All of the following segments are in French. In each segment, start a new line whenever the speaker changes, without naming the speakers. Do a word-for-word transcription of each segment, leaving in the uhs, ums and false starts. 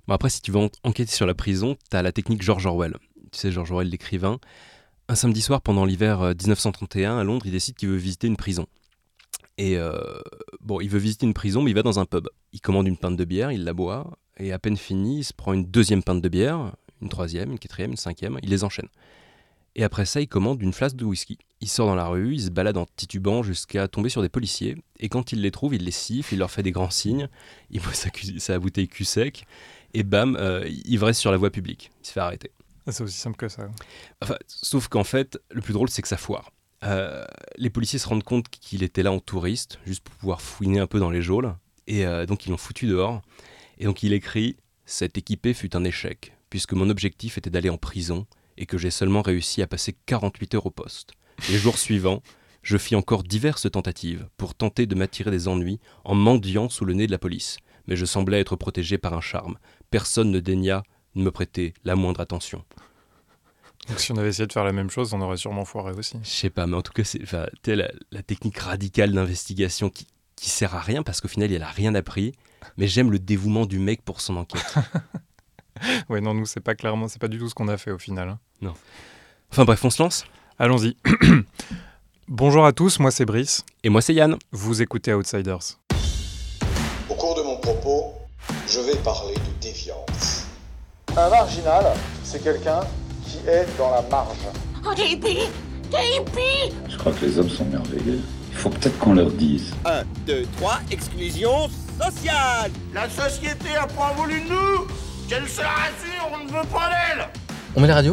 Bon, après, si tu veux en- enquêter sur la prison, t'as la technique George Orwell. Tu sais, George Orwell, l'écrivain. Un samedi soir, pendant l'hiver euh, dix-neuf cent trente et un, à Londres, il décide qu'il veut visiter une prison. Et euh, bon, il veut visiter une prison, mais il va dans un pub. Il commande une pinte de bière, il la boit, et à peine fini, il se prend une deuxième pinte de bière, une troisième, une quatrième, une cinquième, il les enchaîne. Et après ça, il commande une flasque de whisky. Il sort dans la rue, il se balade en titubant jusqu'à tomber sur des policiers. Et quand il les trouve, il les siffle, il leur fait des grands signes. Il boit sa, cu- sa bouteille cul sec. Et bam, euh, ivresse sur la voie publique. Il se fait arrêter.
Ah, c'est aussi simple que ça.
Enfin, sauf qu'en fait, le plus drôle, c'est que ça foire. Euh, les policiers se rendent compte qu'il était là en touriste, juste pour pouvoir fouiner un peu dans les geôles. Et euh, donc, ils l'ont foutu dehors. Et donc, il écrit « Cet équipé fut un échec, puisque mon objectif était d'aller en prison et que j'ai seulement réussi à passer quarante-huit heures au poste. Les jours suivants, je fis encore diverses tentatives pour tenter de m'attirer des ennuis en mendiant sous le nez de la police. Mais je semblais être protégé par un charme. Personne ne daigna de me prêter la moindre attention. »
Donc si on avait essayé de faire la même chose, on aurait sûrement foiré aussi.
Je sais pas, mais en tout cas, c'est enfin, tu sais, la, la technique radicale d'investigation qui, qui sert à rien parce qu'au final, il a rien appris. Mais j'aime le dévouement du mec pour son enquête.
Ouais, non, nous, c'est pas clairement, c'est pas du tout ce qu'on a fait au final. hein.
Non. Enfin bref, on se lance.
Allons-y. Bonjour à tous, moi c'est Brice.
Et moi, c'est Yann.
Vous écoutez Outsiders.
Au cours de mon propos, je vais parler de déviance.
Un marginal, c'est quelqu'un qui est dans la marge.
Oh, t'es hippie! T'es hippie!
Je crois que les hommes sont merveilleux. Il faut peut-être qu'on leur dise.
un, deux, trois, exclusion sociale.
La société a pas voulu de nous. Qu'elle se la rassure, on ne veut pas d'elle.
On met la radio ?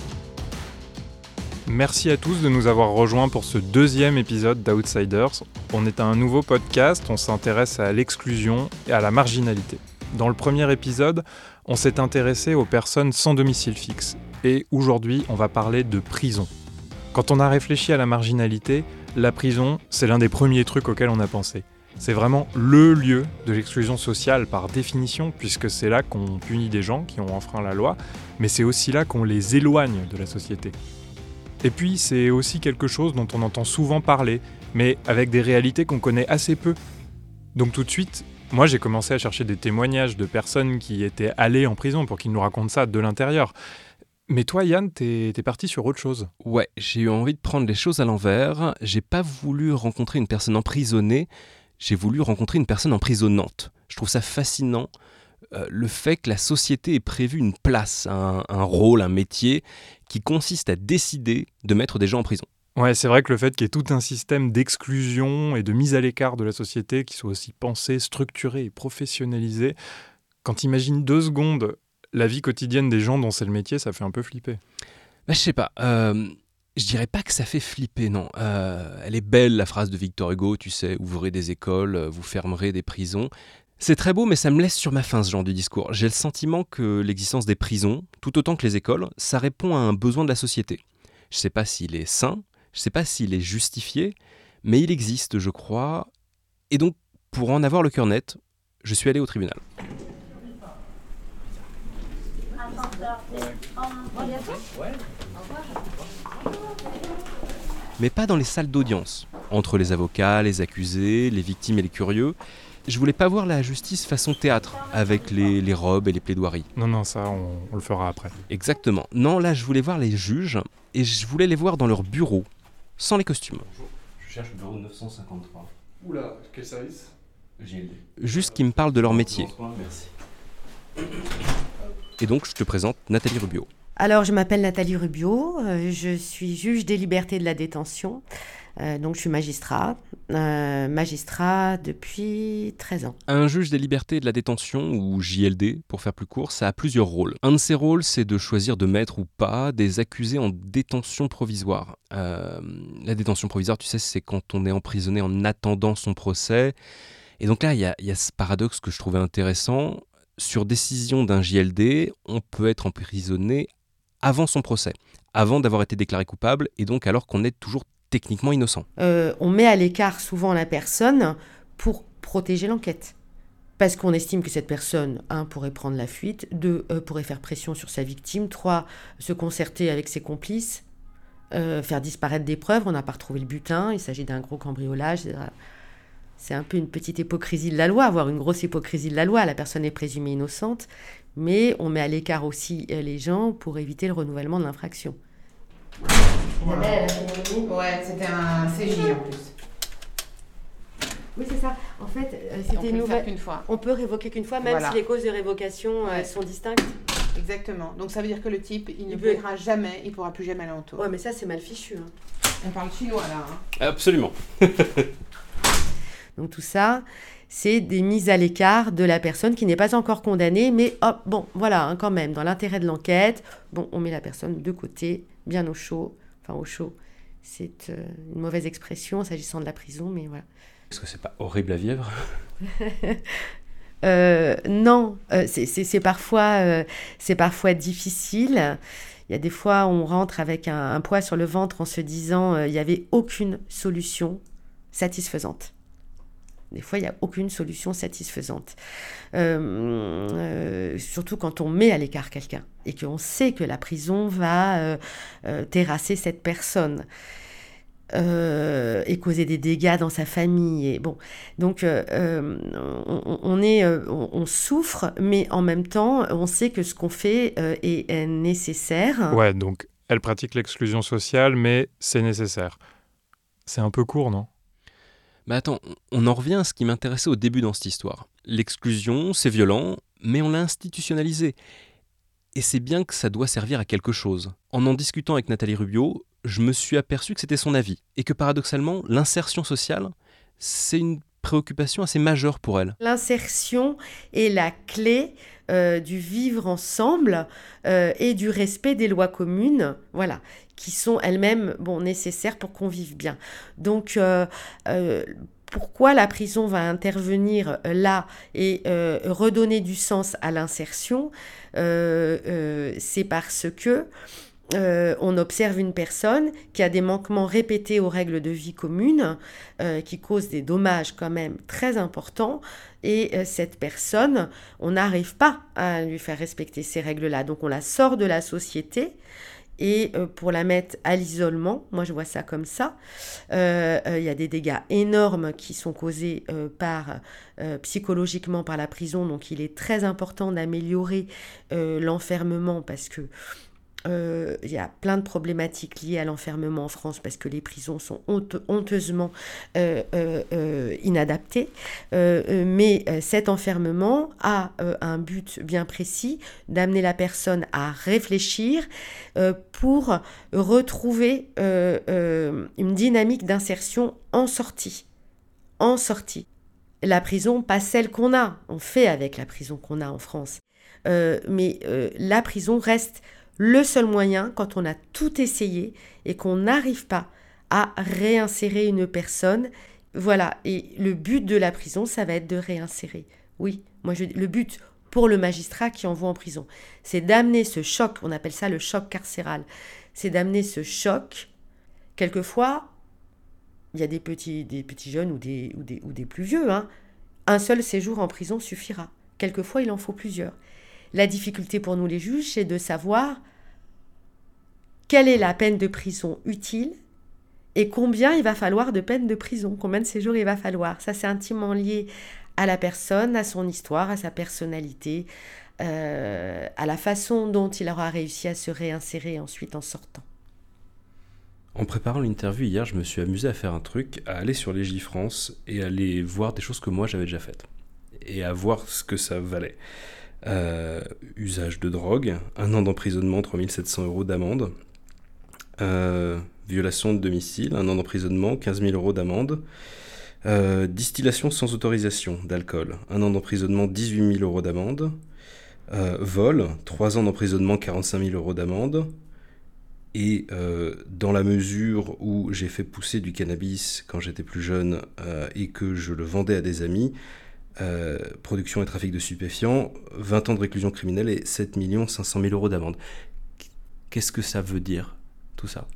Merci à tous de nous avoir rejoints pour ce deuxième épisode d'Outsiders. On est un nouveau podcast, on s'intéresse à l'exclusion et à la marginalité. Dans le premier épisode, on s'est intéressé aux personnes sans domicile fixe. Et aujourd'hui, on va parler de prison. Quand on a réfléchi à la marginalité, la prison, c'est l'un des premiers trucs auxquels on a pensé. C'est vraiment le lieu de l'exclusion sociale par définition, puisque c'est là qu'on punit des gens qui ont enfreint la loi, mais c'est aussi là qu'on les éloigne de la société. Et puis, c'est aussi quelque chose dont on entend souvent parler, mais avec des réalités qu'on connaît assez peu. Donc tout de suite, moi j'ai commencé à chercher des témoignages de personnes qui étaient allées en prison pour qu'ils nous racontent ça de l'intérieur. Mais toi, Yann, t'es, t'es parti sur autre chose.
Ouais, j'ai eu envie de prendre les choses à l'envers. J'ai pas voulu rencontrer une personne emprisonnée, j'ai voulu rencontrer une personne emprisonnante. Je trouve ça fascinant, euh, le fait que la société ait prévu une place, un, un rôle, un métier qui consiste à décider de mettre des gens en prison.
Ouais, c'est vrai que le fait qu'il y ait tout un système d'exclusion et de mise à l'écart de la société qui soit aussi pensé, structuré et professionnalisé, quand t'imagines deux secondes la vie quotidienne des gens dont c'est le métier, ça fait un peu flipper.
Bah, je sais pas, euh, je dirais pas que ça fait flipper, non. Euh, elle est belle, la phrase de Victor Hugo, tu sais, ouvrez des écoles, vous fermerez des prisons. C'est très beau, mais ça me laisse sur ma faim, ce genre de discours. J'ai le sentiment que l'existence des prisons, tout autant que les écoles, ça répond à un besoin de la société. Je sais pas s'il est sain, je sais pas s'il est justifié, mais il existe, je crois. Et donc, pour en avoir le cœur net, je suis allé au tribunal. Mais pas dans les salles d'audience, entre les avocats, les accusés, les victimes et les curieux. Je voulais pas voir la justice façon théâtre, avec les, les robes et les plaidoiries.
Non, non, ça, on, on le fera après.
Exactement. Non, là, je voulais voir les juges, et je voulais les voir dans leur bureau, sans les costumes.
Bonjour, je cherche le bureau neuf cent cinquante-trois.
Oula, quel service ?
G L D.
Juste qu'ils me parlent de leur métier.
Merci.
Et donc, je te présente Nathalie Rubio.
Alors, je m'appelle Nathalie Rubio, euh, je suis juge des libertés de la détention, euh, donc je suis magistrat, euh, magistrat depuis treize ans.
Un juge des libertés de la détention, ou J L D pour faire plus court, ça a plusieurs rôles. Un de ces rôles, c'est de choisir de mettre ou pas des accusés en détention provisoire. Euh, la détention provisoire, tu sais, c'est quand on est emprisonné en attendant son procès. Et donc là, il y a, y a ce paradoxe que je trouvais intéressant. Sur décision d'un J L D, on peut être emprisonné avant son procès, avant d'avoir été déclaré coupable, et donc alors qu'on est toujours techniquement innocent.
Euh, on met à l'écart souvent la personne pour protéger l'enquête. Parce qu'on estime que cette personne, un, pourrait prendre la fuite, deux, euh, pourrait faire pression sur sa victime, trois, se concerter avec ses complices, euh, faire disparaître des preuves, on n'a pas retrouvé le butin, il s'agit d'un gros cambriolage, et cetera. C'est un peu une petite hypocrisie de la loi, voire une grosse hypocrisie de la loi. La personne est présumée innocente, mais on met à l'écart aussi les gens pour éviter le renouvellement de l'infraction.
Voilà. Ouais, c'était un C J en plus.
Oui, c'est ça. En fait, euh, c'était
on peut
une nouvelle.
qu'une fois.
On peut révoquer qu'une fois, même
Voilà.
si les causes de révocation
ouais.
euh, sont distinctes.
Exactement. Donc ça veut dire que le type, il, il ne
peut...
pourra jamais, il pourra plus jamais aller en taule.
Ouais, mais ça, c'est mal fichu. Hein.
On parle chinois là. Hein.
Absolument.
Donc tout ça, c'est des mises à l'écart de la personne qui n'est pas encore condamnée, mais hop, bon, voilà, hein, quand même, dans l'intérêt de l'enquête, bon, on met la personne de côté, bien au chaud, enfin au chaud. C'est euh, une mauvaise expression s'agissant de la prison, mais voilà.
Est-ce que c'est pas horrible à vivre?
euh, Non, euh, c'est, c'est, c'est, parfois, euh, c'est parfois difficile. Il y a des fois où on rentre avec un, un poids sur le ventre en se disant euh, il n'y avait aucune solution satisfaisante. Des fois, il n'y a aucune solution satisfaisante. Euh, euh, surtout quand on met à l'écart quelqu'un et qu'on sait que la prison va euh, euh, terrasser cette personne. Euh, et causer des dégâts dans sa famille. Et bon, donc, euh, euh, on, on, est, euh, on, on souffre, mais en même temps, on sait que ce qu'on fait euh, est, est nécessaire.
Ouais, donc elle pratique l'exclusion sociale, mais c'est nécessaire. C'est un peu court, non?
Mais attends, on en revient à ce qui m'intéressait au début dans cette histoire. L'exclusion, c'est violent, mais on l'a institutionnalisé. Et c'est bien que ça doit servir à quelque chose. En en discutant avec Nathalie Rubio, je me suis aperçu que c'était son avis. Et que paradoxalement, l'insertion sociale, c'est une préoccupation assez majeure pour elle.
L'insertion est la clé euh, du vivre ensemble euh, et du respect des lois communes, voilà, qui sont elles-mêmes bon, nécessaires pour qu'on vive bien. Donc, euh, euh, pourquoi la prison va intervenir là et euh, redonner du sens à l'insertion, euh, euh, c'est parce que Euh, on observe une personne qui a des manquements répétés aux règles de vie communes, euh, qui causent des dommages quand même très importants, et euh, cette personne, on n'arrive pas à lui faire respecter ces règles-là. Donc on la sort de la société, et euh, pour la mettre à l'isolement, moi je vois ça comme ça, il euh, euh, y a des dégâts énormes qui sont causés euh, par, euh, psychologiquement par la prison, donc il est très important d'améliorer euh, l'enfermement, parce que il euh, y a plein de problématiques liées à l'enfermement en France parce que les prisons sont honte, honteusement euh, euh, euh, inadaptées. Euh, euh, mais euh, cet enfermement a euh, un but bien précis d'amener la personne à réfléchir euh, pour retrouver euh, euh, une dynamique d'insertion en sortie. En sortie. La prison, pas celle qu'on a. On fait avec la prison qu'on a en France. Euh, mais euh, la prison reste le seul moyen, quand on a tout essayé et qu'on n'arrive pas à réinsérer une personne, voilà. Et le but de la prison, ça va être de réinsérer. Oui, moi je, le but pour le magistrat qui envoie en prison, c'est d'amener ce choc, on appelle ça le choc carcéral, c'est d'amener ce choc. Quelquefois, il y a des petits, des petits jeunes ou des, ou des, ou des plus vieux, hein. Un seul séjour en prison suffira. Quelquefois, il en faut plusieurs. La difficulté pour nous les juges, c'est de savoir quelle est la peine de prison utile et combien il va falloir de peine de prison, combien de séjours il va falloir. Ça, c'est intimement lié à la personne, à son histoire, à sa personnalité, euh, à la façon dont il aura réussi à se réinsérer ensuite en sortant.
En préparant l'interview hier, je me suis amusé à faire un truc, à aller sur Légifrance et à aller voir des choses que moi j'avais déjà faites et à voir ce que ça valait. Euh, usage de drogue, un an d'emprisonnement, trois mille sept cents euros d'amende. Euh, violation de domicile, un an d'emprisonnement, quinze mille euros d'amende. Euh, distillation sans autorisation d'alcool, un an d'emprisonnement, dix-huit mille euros d'amende. Euh, vol, trois ans d'emprisonnement, quarante-cinq mille euros d'amende. Et euh, dans la mesure où j'ai fait pousser du cannabis quand j'étais plus jeune euh, et que je le vendais à des amis, Euh, production et trafic de stupéfiants, vingt ans de réclusion criminelle et sept millions cinq cent mille euros d'amende. Qu'est-ce que ça veut dire, tout ça?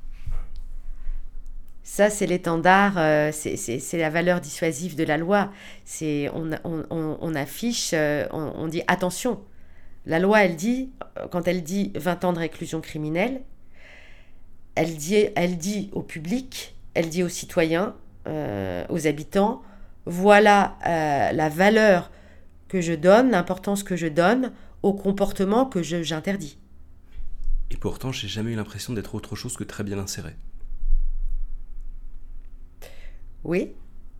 Ça, c'est l'étendard, euh, c'est, c'est, c'est la valeur dissuasive de la loi. C'est, on, on, on, on affiche, euh, on, on dit attention. La loi, elle dit, quand elle dit vingt ans de réclusion criminelle, elle dit, elle dit au public, elle dit aux citoyens, euh, aux habitants, Voilà euh, la valeur que je donne, l'importance que je donne au comportement que je, j'interdis.
Et pourtant, j'ai jamais eu l'impression d'être autre chose que très bien inséré.
Oui.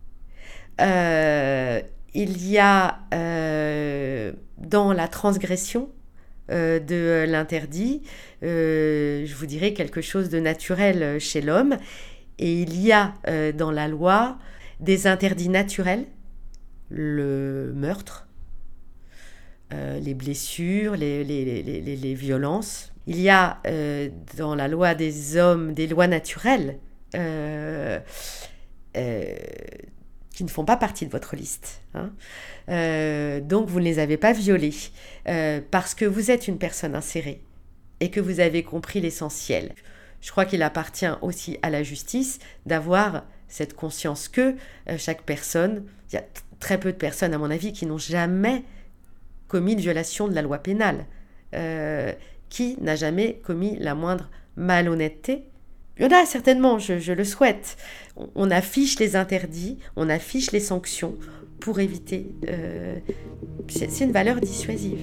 Euh, il y a euh, dans la transgression euh, de l'interdit, euh, je vous dirais quelque chose de naturel chez l'homme. Et il y a euh, dans la loi des interdits naturels, le meurtre, euh, les blessures, les, les, les, les, les violences. Il y a euh, dans la loi des hommes des lois naturelles euh, euh, qui ne font pas partie de votre liste. Hein. Euh, donc vous ne les avez pas violées euh, parce que vous êtes une personne insérée et que vous avez compris l'essentiel. Je crois qu'il appartient aussi à la justice d'avoir cette conscience que euh, chaque personne, il y a t- très peu de personnes à mon avis qui n'ont jamais commis une violation de la loi pénale. Euh, qui n'a jamais commis la moindre malhonnêteté? Il y en a certainement, je, je le souhaite. On, on affiche les interdits, on affiche les sanctions pour éviter... Euh, c'est, c'est une valeur dissuasive.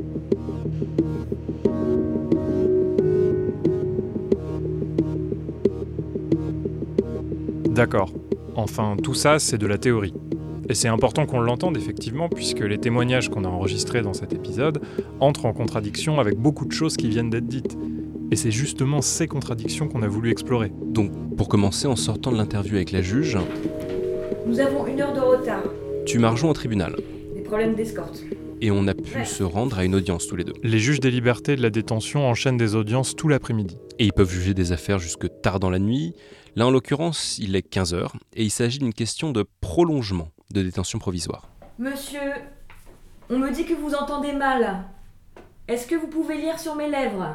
D'accord. Enfin, tout ça, c'est de la théorie. Et c'est important qu'on l'entende effectivement, puisque les témoignages qu'on a enregistrés dans cet épisode entrent en contradiction avec beaucoup de choses qui viennent d'être dites. Et c'est justement ces contradictions qu'on a voulu explorer.
Donc, pour commencer, en sortant de l'interview avec la juge...
Nous avons une heure de retard.
Tu m'as rejoint au tribunal.
Des problèmes d'escorte.
Et on a pu ouais. se rendre à une audience tous les deux.
Les juges des libertés de la détention enchaînent des audiences tout l'après-midi.
Et ils peuvent juger des affaires jusque tard dans la nuit. Là, en l'occurrence, il est quinze heures, et il s'agit d'une question de prolongement de détention provisoire.
Monsieur, on me dit que vous entendez mal. Est-ce que vous pouvez lire sur mes lèvres?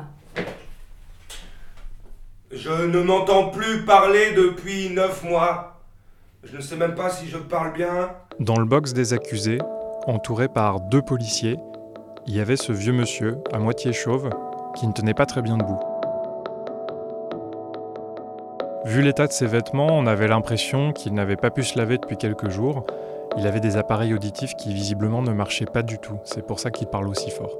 Je ne m'entends plus parler depuis neuf mois. Je ne sais même pas si je parle bien.
Dans le box des accusés, entouré par deux policiers, il y avait ce vieux monsieur, à moitié chauve, qui ne tenait pas très bien debout. Vu l'état de ses vêtements, on avait l'impression qu'il n'avait pas pu se laver depuis quelques jours. Il avait des appareils auditifs qui visiblement ne marchaient pas du tout. C'est pour ça qu'il parle aussi fort.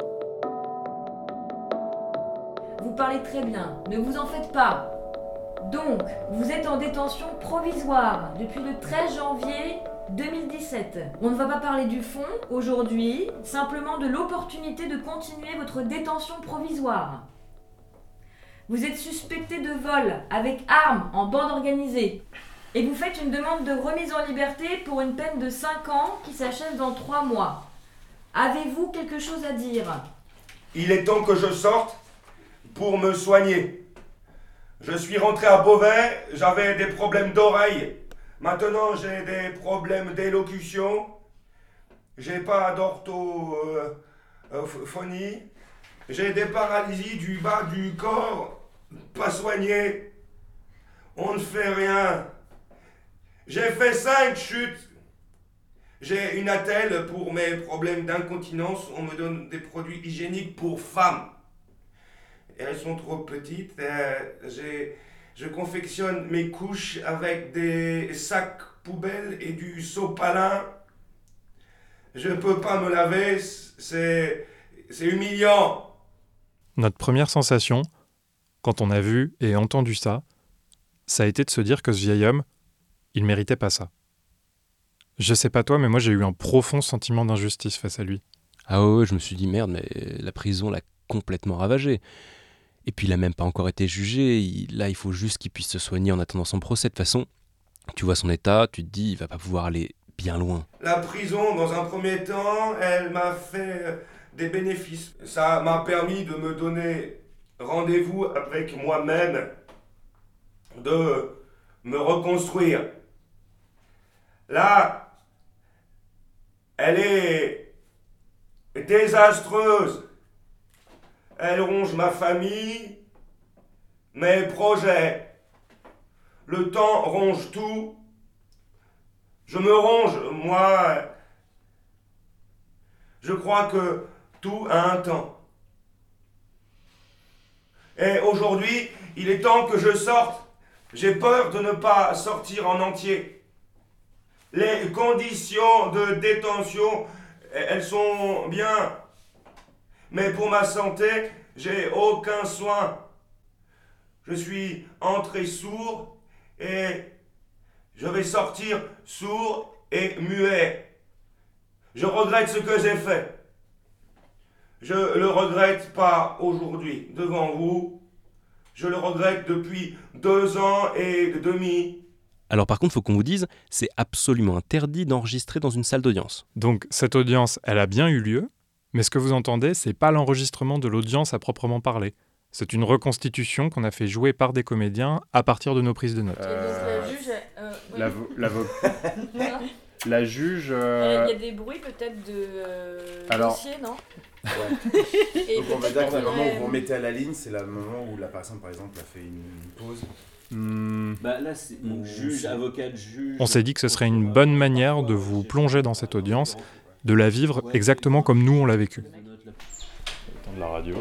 Vous parlez très bien, ne vous en faites pas. Donc, vous êtes en détention provisoire depuis le treize janvier deux mille dix-sept. On ne va pas parler du fond aujourd'hui, simplement de l'opportunité de continuer votre détention provisoire. Vous êtes suspecté de vol avec arme en bande organisée et vous faites une demande de remise en liberté pour une peine de cinq ans qui s'achève dans trois mois. Avez-vous quelque chose à dire?
Il est temps que je sorte pour me soigner. Je suis rentré à Beauvais, j'avais des problèmes d'oreille. Maintenant, j'ai des problèmes d'élocution. J'ai pas d'orthophonie. Euh, J'ai des paralysies du bas du corps, pas soignées. On ne fait rien. J'ai fait cinq chutes. J'ai une attelle pour mes problèmes d'incontinence. On me donne des produits hygiéniques pour femmes. Elles sont trop petites. Euh, j'ai, je confectionne mes couches avec des sacs poubelles et du sopalin. Je ne peux pas me laver. C'est, c'est humiliant.
Notre première sensation, quand on a vu et entendu ça, ça a été de se dire que ce vieil homme, il méritait pas ça. Je sais pas toi, mais moi j'ai eu un profond sentiment d'injustice face à lui.
Ah ouais, je me suis dit merde, mais la prison l'a complètement ravagé. Et puis il a même pas encore été jugé, il, là il faut juste qu'il puisse se soigner en attendant son procès. De toute façon, tu vois son état, tu te dis il va pas pouvoir aller bien loin.
La prison, dans un premier temps, elle m'a fait des bénéfices. Ça m'a permis de me donner rendez-vous avec moi-même, de me reconstruire. Là, elle est désastreuse. Elle ronge ma famille, mes projets. Le temps ronge tout. Je me ronge, moi. Je crois que tout a un temps. Et aujourd'hui, il est temps que je sorte. J'ai peur de ne pas sortir en entier. Les conditions de détention, elles sont bien. Mais pour ma santé, j'ai aucun soin. Je suis entré sourd et je vais sortir sourd et muet. Je regrette ce que j'ai fait. Je le regrette pas aujourd'hui devant vous. Je le regrette depuis deux ans et demi.
Alors par contre, il faut qu'on vous dise, c'est absolument interdit d'enregistrer dans une salle d'audience.
Donc cette audience, elle a bien eu lieu, mais ce que vous entendez, c'est pas l'enregistrement de l'audience à proprement parler. C'est une reconstitution qu'on a fait jouer par des comédiens à partir de nos prises de notes.
Euh, la juge, euh, oui.
L'avo- l'avo- La juge...
Il
euh...
y a des bruits peut-être de euh,
Alors...
dossier, non?
Ouais.
Et
donc on va dire que le moment
faudrait...
où vous remettez à la ligne, c'est le moment où la personne par exemple a fait une, une pause.
Hmm.
Bah là, c'est donc, juge, avocate, juge...
On s'est dit que ce serait une bonne manière de vous plonger dans cette audience, de la vivre exactement comme nous on l'a vécu.
Attends de la radio.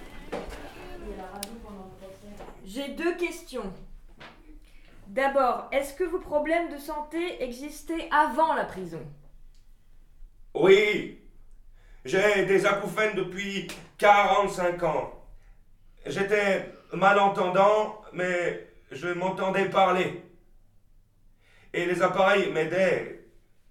J'ai deux questions. D'abord, est-ce que vos problèmes de santé existaient avant la prison?
Oui, j'ai des acouphènes depuis quarante-cinq ans. J'étais malentendant, mais je m'entendais parler. Et les appareils m'aidaient.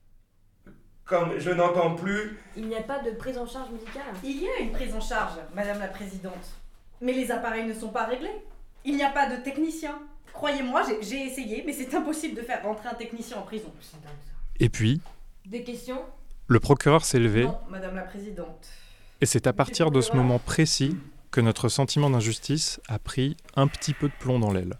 Comme je n'entends plus...
Il n'y a pas de prise en charge médicale?
Il y a une prise en charge, Madame la Présidente. Mais les appareils ne sont pas réglés. Il n'y a pas de technicien. Croyez-moi, j'ai, j'ai essayé, mais c'est impossible de faire rentrer un technicien en prison. C'est dingue ça.
Et puis,
Des questions?
le procureur s'est levé,
Non, Madame la Présidente.
et c'est à partir de ce moment précis que notre sentiment d'injustice a pris un petit peu de plomb dans l'aile.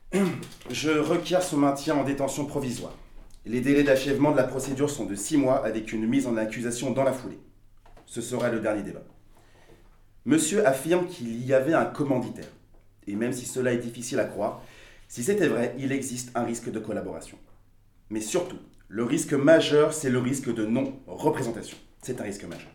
Je requiers son maintien en détention provisoire. Les délais d'achèvement de la procédure sont de six mois avec une mise en accusation dans la foulée. Ce sera le dernier débat. Monsieur affirme qu'il y avait un commanditaire. Et même si cela est difficile à croire, si c'était vrai, il existe un risque de collaboration. Mais surtout, le risque majeur, c'est le risque de non-représentation. C'est un risque majeur.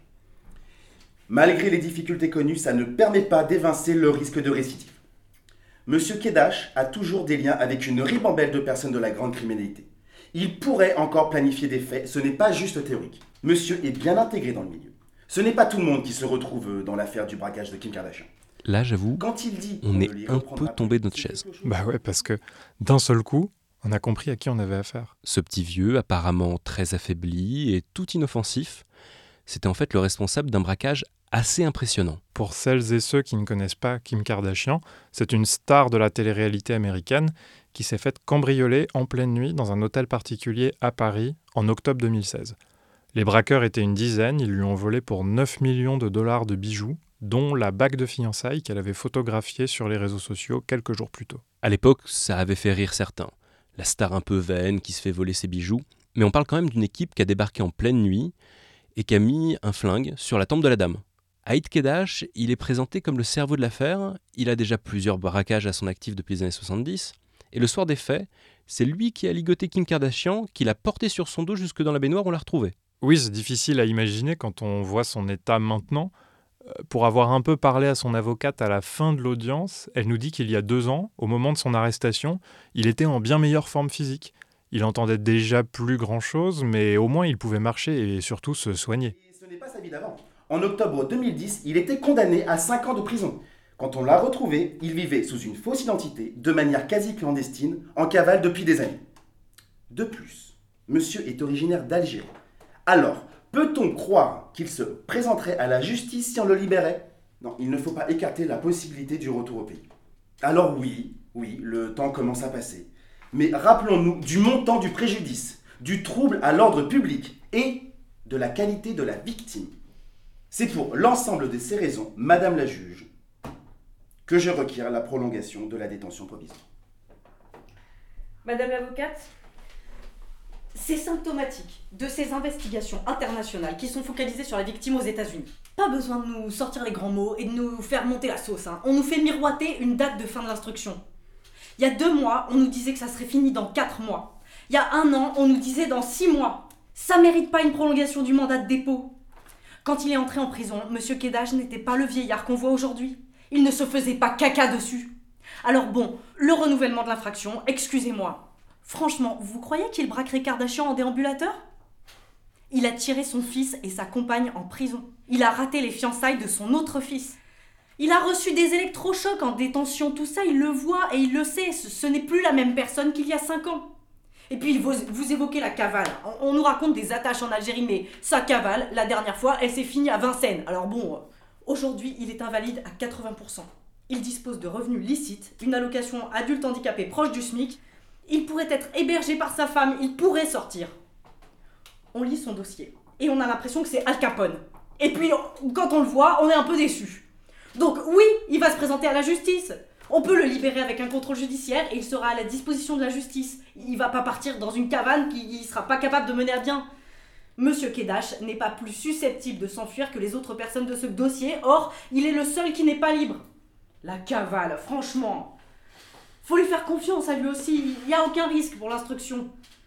Malgré les difficultés connues, ça ne permet pas d'évincer le risque de récidive. Monsieur Kedash a toujours des liens avec une ribambelle de personnes de la grande criminalité. Il pourrait encore planifier des faits, ce n'est pas juste théorique. Monsieur est bien intégré dans le milieu. Ce n'est pas tout le monde qui se retrouve dans l'affaire du braquage de Kim Kardashian.
Là, j'avoue,
Quand il dit
on
qu'on
est
ne l'y
un
reprendra
peu tombé de notre chaise.
Bah ouais, parce que d'un seul coup, on a compris à qui on avait affaire.
Ce petit vieux, apparemment très affaibli et tout inoffensif, c'était en fait le responsable d'un braquage assez impressionnant.
Pour celles et ceux qui ne connaissent pas Kim Kardashian, c'est une star de la télé-réalité américaine qui s'est faite cambrioler en pleine nuit dans un hôtel particulier à Paris en octobre deux mille seize. Les braqueurs étaient une dizaine, ils lui ont volé pour neuf millions de dollars de bijoux, dont la bague de fiançailles qu'elle avait photographiée sur les réseaux sociaux quelques jours plus tôt.
À l'époque, ça avait fait rire certains. La star un peu vaine qui se fait voler ses bijoux. Mais on parle quand même d'une équipe qui a débarqué en pleine nuit et qui a mis un flingue sur la tempe de la dame. Aïd Kedash, il est présenté comme le cerveau de l'affaire, il a déjà plusieurs braquages à son actif depuis les années soixante-dix, et le soir des faits, c'est lui qui a ligoté Kim Kardashian, qui l'a porté sur son dos jusque dans la baignoire, on l'a retrouvé.
Oui, c'est difficile à imaginer quand on voit son état maintenant. Pour avoir un peu parlé à son avocate à la fin de l'audience, elle nous dit qu'il y a deux ans, au moment de son arrestation, il était en bien meilleure forme physique. Il entendait déjà plus grand-chose, mais au moins il pouvait marcher et surtout se soigner.
Et ce n'est pas sa vie d'avant. En octobre deux mille dix, il était condamné à cinq ans de prison. Quand on l'a retrouvé, il vivait sous une fausse identité, de manière quasi clandestine, en cavale depuis des années. De plus, monsieur est originaire d'Algérie. Alors, peut-on croire qu'il se présenterait à la justice si on le libérait? Non, il ne faut pas écarter la possibilité du retour au pays. Alors oui, oui, le temps commence à passer. Mais rappelons-nous du montant du préjudice, du trouble à l'ordre public et de la qualité de la victime. C'est pour l'ensemble de ces raisons, Madame la juge, que je requiers la prolongation de la détention provisoire.
Madame l'avocate, c'est symptomatique de ces investigations internationales qui sont focalisées sur la victime aux États-Unis. Pas besoin de nous sortir les grands mots et de nous faire monter la sauce. Hein. On nous fait miroiter une date de fin de l'instruction. Il y a deux mois, on nous disait que ça serait fini dans quatre mois. Il y a un an, on nous disait dans six mois. Ça mérite pas une prolongation du mandat de dépôt. Quand il est entré en prison, Monsieur Kedash n'était pas le vieillard qu'on voit aujourd'hui. Il ne se faisait pas caca dessus. Alors bon, le renouvellement de l'infraction, excusez-moi. Franchement, vous croyez qu'il braquerait Kardashian en déambulateur ? Il a tiré son fils et sa compagne en prison. Il a raté les fiançailles de son autre fils. Il a reçu des électrochocs en détention. Tout ça, il le voit et il le sait. Ce, ce n'est plus la même personne qu'il y a cinq ans. Et puis, vous, vous évoquez la cavale. On, on nous raconte des attaches en Algérie, mais sa cavale, la dernière fois, elle s'est finie à Vincennes. Alors bon, aujourd'hui, il est invalide à quatre-vingts pour cent. Il dispose de revenus licites, une allocation adulte handicapé proche du SMIC. Il pourrait être hébergé par sa femme, il pourrait sortir. On lit son dossier et on a l'impression que c'est Al Capone. Et puis, quand on le voit, on est un peu déçu. Donc oui, il va se présenter à la justice. On peut le libérer avec un contrôle judiciaire et il sera à la disposition de la justice. Il va pas partir dans une cabane qu'il sera pas capable de mener à bien. Monsieur Kedash n'est pas plus susceptible de s'enfuir que les autres personnes de ce dossier. Or, il est le seul qui n'est pas libre. La cavale, franchement. Faut lui faire confiance à lui aussi. Il n'y a aucun risque pour l'instruction.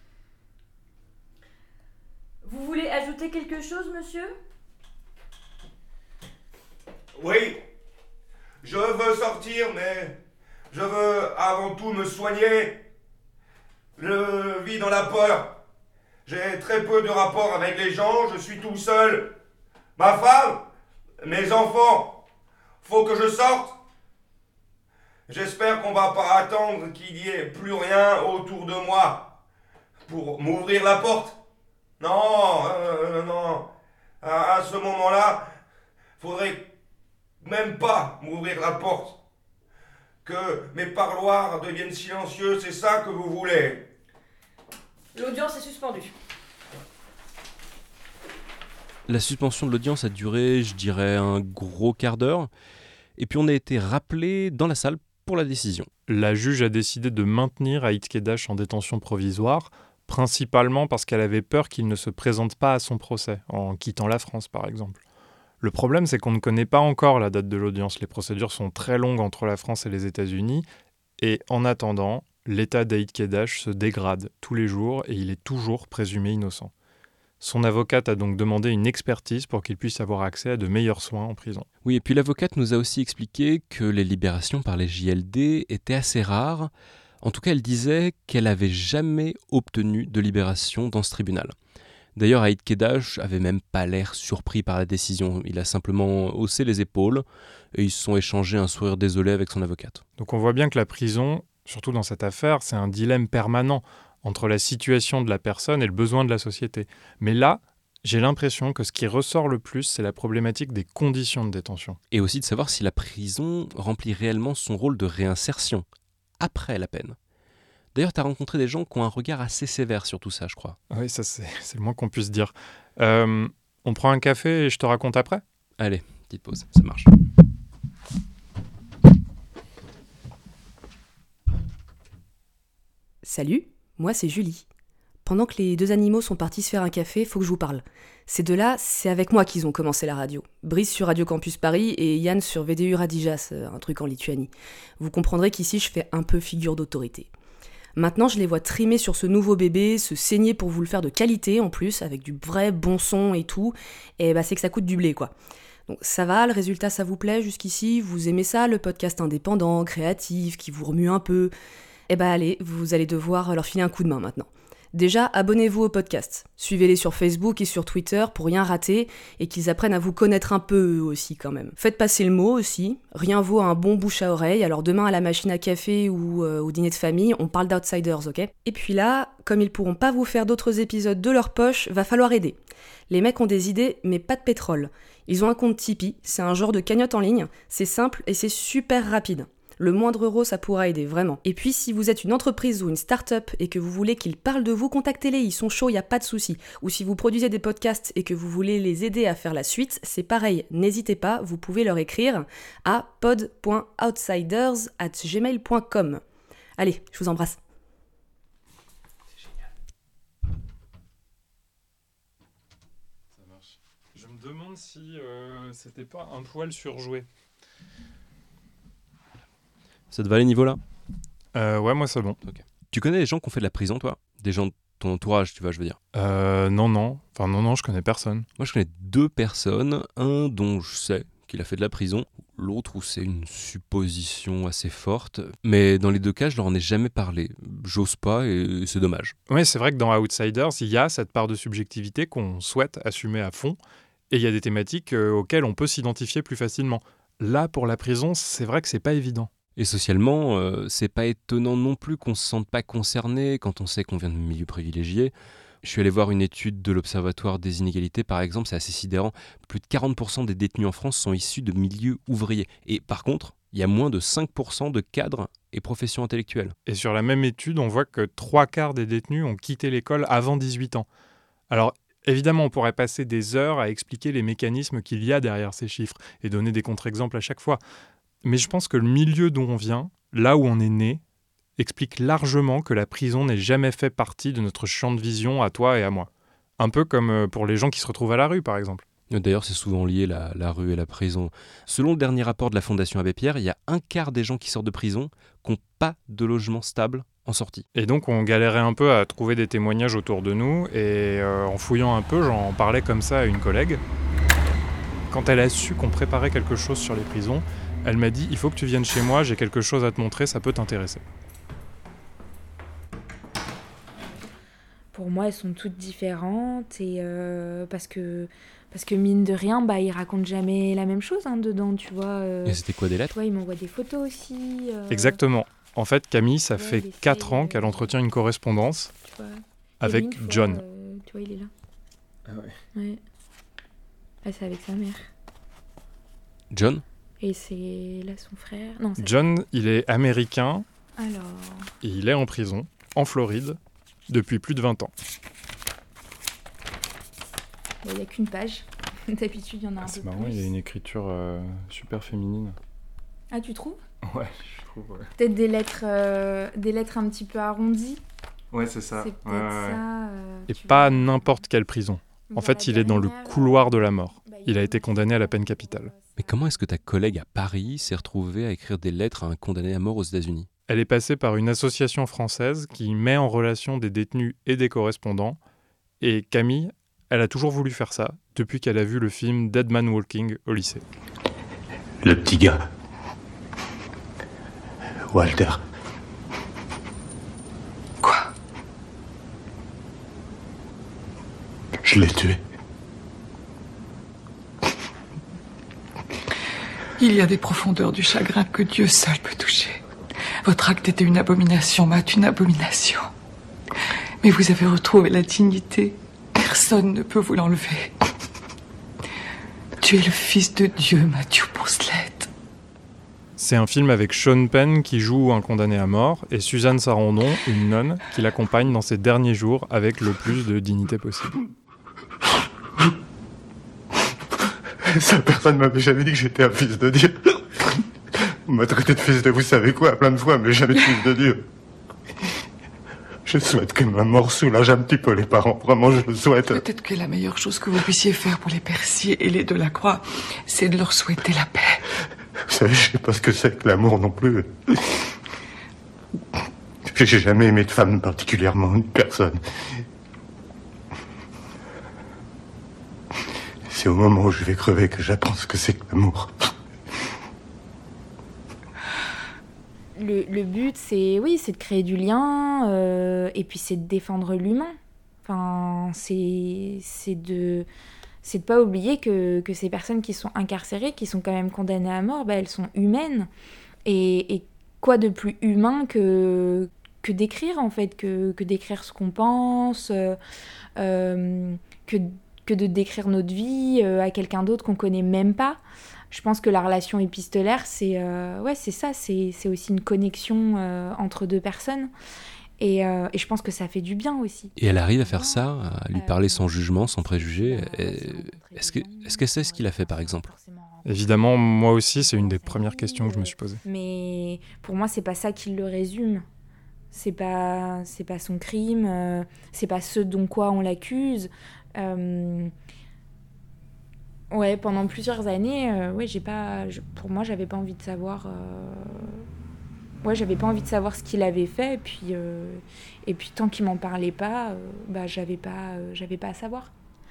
Vous voulez ajouter quelque chose, monsieur ?
Oui. Je veux sortir, mais je veux avant tout me soigner. Je vis dans la peur. J'ai très peu de rapports avec les gens, je suis tout seul. Ma femme, mes enfants, faut que je sorte. J'espère qu'on va pas attendre qu'il y ait plus rien autour de moi pour m'ouvrir la porte. Non, euh, non. À, à ce moment-là, faudrait même pas m'ouvrir la porte. Que mes parloirs deviennent silencieux, c'est ça que vous voulez.
L'audience est suspendue.
La suspension de l'audience a duré, je dirais, un gros quart d'heure. Et puis on a été rappelé dans la salle pour la décision.
La juge a décidé de maintenir Aït Kedash en détention provisoire, principalement parce qu'elle avait peur qu'il ne se présente pas à son procès, en quittant la France par exemple. Le problème, c'est qu'on ne connaît pas encore la date de l'audience. Les procédures sont très longues entre la France et les États-Unis. Et en attendant, l'état d'Aït Kedash se dégrade tous les jours et il est toujours présumé innocent. Son avocate a donc demandé une expertise pour qu'il puisse avoir accès à de meilleurs soins en prison.
Oui, et puis l'avocate nous a aussi expliqué que les libérations par les J L D étaient assez rares. En tout cas, elle disait qu'elle n'avait jamais obtenu de libération dans ce tribunal. D'ailleurs, Aït Kedash avait même pas l'air surpris par la décision. Il a simplement haussé les épaules et ils se sont échangés un sourire désolé avec son avocate.
Donc on voit bien que la prison, surtout dans cette affaire, c'est un dilemme permanent entre la situation de la personne et le besoin de la société. Mais là, j'ai l'impression que ce qui ressort le plus, c'est la problématique des conditions de détention.
Et aussi de savoir si la prison remplit réellement son rôle de réinsertion après la peine. D'ailleurs, tu as rencontré des gens qui ont un regard assez sévère sur tout ça, je crois.
Oui, ça c'est, c'est le moins qu'on puisse dire. Euh, on prend un café et je te raconte après ?
Allez, petite pause, ça marche.
Salut, moi c'est Julie. Pendant que les deux animaux sont partis se faire un café, faut que je vous parle. Ces deux-là, c'est avec moi qu'ils ont commencé la radio. Brice sur Radio Campus Paris et Yann sur V D U Radijas, un truc en Lituanie. Vous comprendrez qu'ici je fais un peu figure d'autorité. Maintenant, je les vois trimer sur ce nouveau bébé, se saigner pour vous le faire de qualité en plus, avec du vrai bon son et tout, et bah c'est que ça coûte du blé quoi. Donc ça va, le résultat ça vous plaît jusqu'ici ? Vous aimez ça, le podcast indépendant, créatif, qui vous remue un peu ? Eh bah allez, vous allez devoir leur filer un coup de main maintenant. Déjà, abonnez-vous au podcast. Suivez-les sur Facebook et sur Twitter pour rien rater et qu'ils apprennent à vous connaître un peu eux aussi quand même. Faites passer le mot aussi. Rien vaut un bon bouche à oreille. Alors demain à la machine à café ou euh, au dîner de famille, on parle d'Outsiders, ok ? Et puis là, comme ils pourront pas vous faire d'autres épisodes de leur poche, va falloir aider. Les mecs ont des idées, mais pas de pétrole. Ils ont un compte Tipeee, c'est un genre de cagnotte en ligne. C'est simple et c'est super rapide. Le moindre euro, ça pourra aider, vraiment. Et puis, si vous êtes une entreprise ou une start-up et que vous voulez qu'ils parlent de vous, contactez-les, ils sont chauds, il n'y a pas de souci. Ou si vous produisez des podcasts et que vous voulez les aider à faire la suite, c'est pareil, n'hésitez pas, vous pouvez leur écrire à pod point outsiders arobase gmail point com. Allez, je vous embrasse.
C'est génial. Ça marche. Je me demande si euh, c'était pas un poil surjoué.
Ça te va les niveaux là ?
euh, Ouais, moi c'est bon.
Okay. Tu connais les gens qui ont fait de la prison, toi ? Des gens de ton entourage, tu vois, je veux dire.
Euh, non, non. Enfin, non, non, je connais personne.
Moi, je connais deux personnes. Un dont je sais qu'il a fait de la prison, l'autre où c'est une supposition assez forte. Mais dans les deux cas, je leur en ai jamais parlé. J'ose pas et c'est dommage.
Oui, c'est vrai que dans Outsiders, il y a cette part de subjectivité qu'on souhaite assumer à fond. Et il y a des thématiques euh, auxquelles on peut s'identifier plus facilement. Là, pour la prison, c'est vrai que c'est pas évident.
Et socialement, euh, c'est pas étonnant non plus qu'on se sente pas concerné quand on sait qu'on vient de milieux privilégiés. Je suis allé voir une étude de l'Observatoire des inégalités, par exemple, c'est assez sidérant. Plus de quarante pour cent des détenus en France sont issus de milieux ouvriers. Et par contre, il y a moins de cinq pour cent de cadres et professions intellectuelles.
Et sur la même étude, on voit que trois quarts des détenus ont quitté l'école avant dix-huit ans. Alors, évidemment, on pourrait passer des heures à expliquer les mécanismes qu'il y a derrière ces chiffres et donner des contre-exemples à chaque fois. Mais je pense que le milieu d'où on vient, là où on est né, explique largement que la prison n'est jamais fait partie de notre champ de vision à toi et à moi. Un peu comme pour les gens qui se retrouvent à la rue, par exemple.
D'ailleurs, c'est souvent lié, la, la rue et la prison. Selon le dernier rapport de la Fondation Abbé Pierre, il y a un quart des gens qui sortent de prison qui n'ont pas de logement stable en sortie.
Et donc, on galérait un peu à trouver des témoignages autour de nous. Et euh, en fouillant un peu, j'en parlais comme ça à une collègue. Quand elle a su qu'on préparait quelque chose sur les prisons, elle m'a dit « Il faut que tu viennes chez moi, j'ai quelque chose à te montrer, ça peut t'intéresser. »
Pour moi, elles sont toutes différentes et euh, parce que parce que mine de rien, bah ils racontent jamais la même chose hein, dedans, tu vois. Euh,
et c'était quoi, des lettres?
Tu vois, ils m'envoient des photos aussi. Euh...
Exactement. En fait, Camille, ça
ouais,
fait quatre ans qu'elle entretient une correspondance avec
fois,
John.
Euh, tu vois, il est là.
Ah ouais.
Ouais. Ah, c'est avec sa mère.
John?
Et c'est là son frère. Non,
John, il est américain.
Alors.
Et il est en prison, en Floride, depuis plus de vingt ans.
Il n'y a qu'une page. D'habitude, il y en a un
C'est
peu
marrant,
plus.
il a une écriture euh, super féminine.
Ah, tu trouves?
Ouais, je trouve, ouais.
Peut-être des lettres, euh, des lettres un petit peu arrondies.
Ouais, c'est ça.
C'est peut-être
ouais, ouais.
ça. Euh,
Et pas n'importe quelle prison. En fait, il est dans le couloir de la mort. Il a été condamné à la peine capitale.
Mais comment est-ce que ta collègue à Paris s'est retrouvée à écrire des lettres à un condamné à mort aux États-Unis?
Elle est passée par une association française qui met en relation des détenus et des correspondants. Et Camille, elle a toujours voulu faire ça depuis qu'elle a vu le film Dead Man Walking au lycée.
Le petit gars. Walter.
Quoi?
Je l'ai tué.
Il y a des profondeurs du chagrin que Dieu seul peut toucher. Votre acte était une abomination, Matt, une abomination. Mais vous avez retrouvé la dignité. Personne ne peut vous l'enlever. Tu es le fils de Dieu, Matthew Poncelet.
C'est un film avec Sean Penn qui joue un condamné à mort et Suzanne Sarandon, une nonne, qui l'accompagne dans ses derniers jours avec le plus de dignité possible.
Ça, personne m'avait jamais dit que j'étais un fils de Dieu. On m'a traité de fils de vous savez quoi plein de fois, mais jamais de fils de Dieu. Je souhaite que ma mort soulage un petit peu les parents. Vraiment, je le souhaite.
Peut-être que la meilleure chose que vous puissiez faire pour les Percier et les Delacroix, c'est de leur souhaiter la paix.
Vous savez, je sais pas ce que c'est que l'amour non plus. J'ai jamais aimé de femme particulièrement, ni personne. C'est au moment où je vais crever que j'apprends ce que c'est que l'amour.
Le, le but, c'est oui, c'est de créer du lien, euh, et puis c'est de défendre l'humain. Enfin, c'est c'est de c'est de pas oublier que, que ces personnes qui sont incarcérées, qui sont quand même condamnées à mort, bah, elles sont humaines. Et, et quoi de plus humain que que d'écrire en fait, que que d'écrire ce qu'on pense, euh, euh, que que de décrire notre vie euh, à quelqu'un d'autre qu'on connaît même pas. Je pense que la relation épistolaire, c'est euh, ouais, c'est ça, c'est, c'est aussi une connexion euh, entre deux personnes. Et, euh, et je pense que ça fait du bien aussi.
Et elle arrive à faire ça, à lui parler sans jugement, sans préjugés. Est-ce, que, est-ce qu'elle sait ce qu'il a fait, par exemple?
Évidemment, moi aussi, c'est une des premières questions que je me suis posée.
Mais pour moi, c'est pas ça qui le résume. C'est pas, c'est pas son crime, euh, c'est pas ce dont quoi on l'accuse. Euh, ouais, pendant plusieurs années, euh, ouais, j'ai pas, je, pour moi, j'avais pas envie de savoir. Euh, ouais, j'avais pas envie de savoir ce qu'il avait fait. Et puis, euh, et puis tant qu'il m'en parlait pas, euh, bah, j'avais pas, euh, j'avais pas à savoir.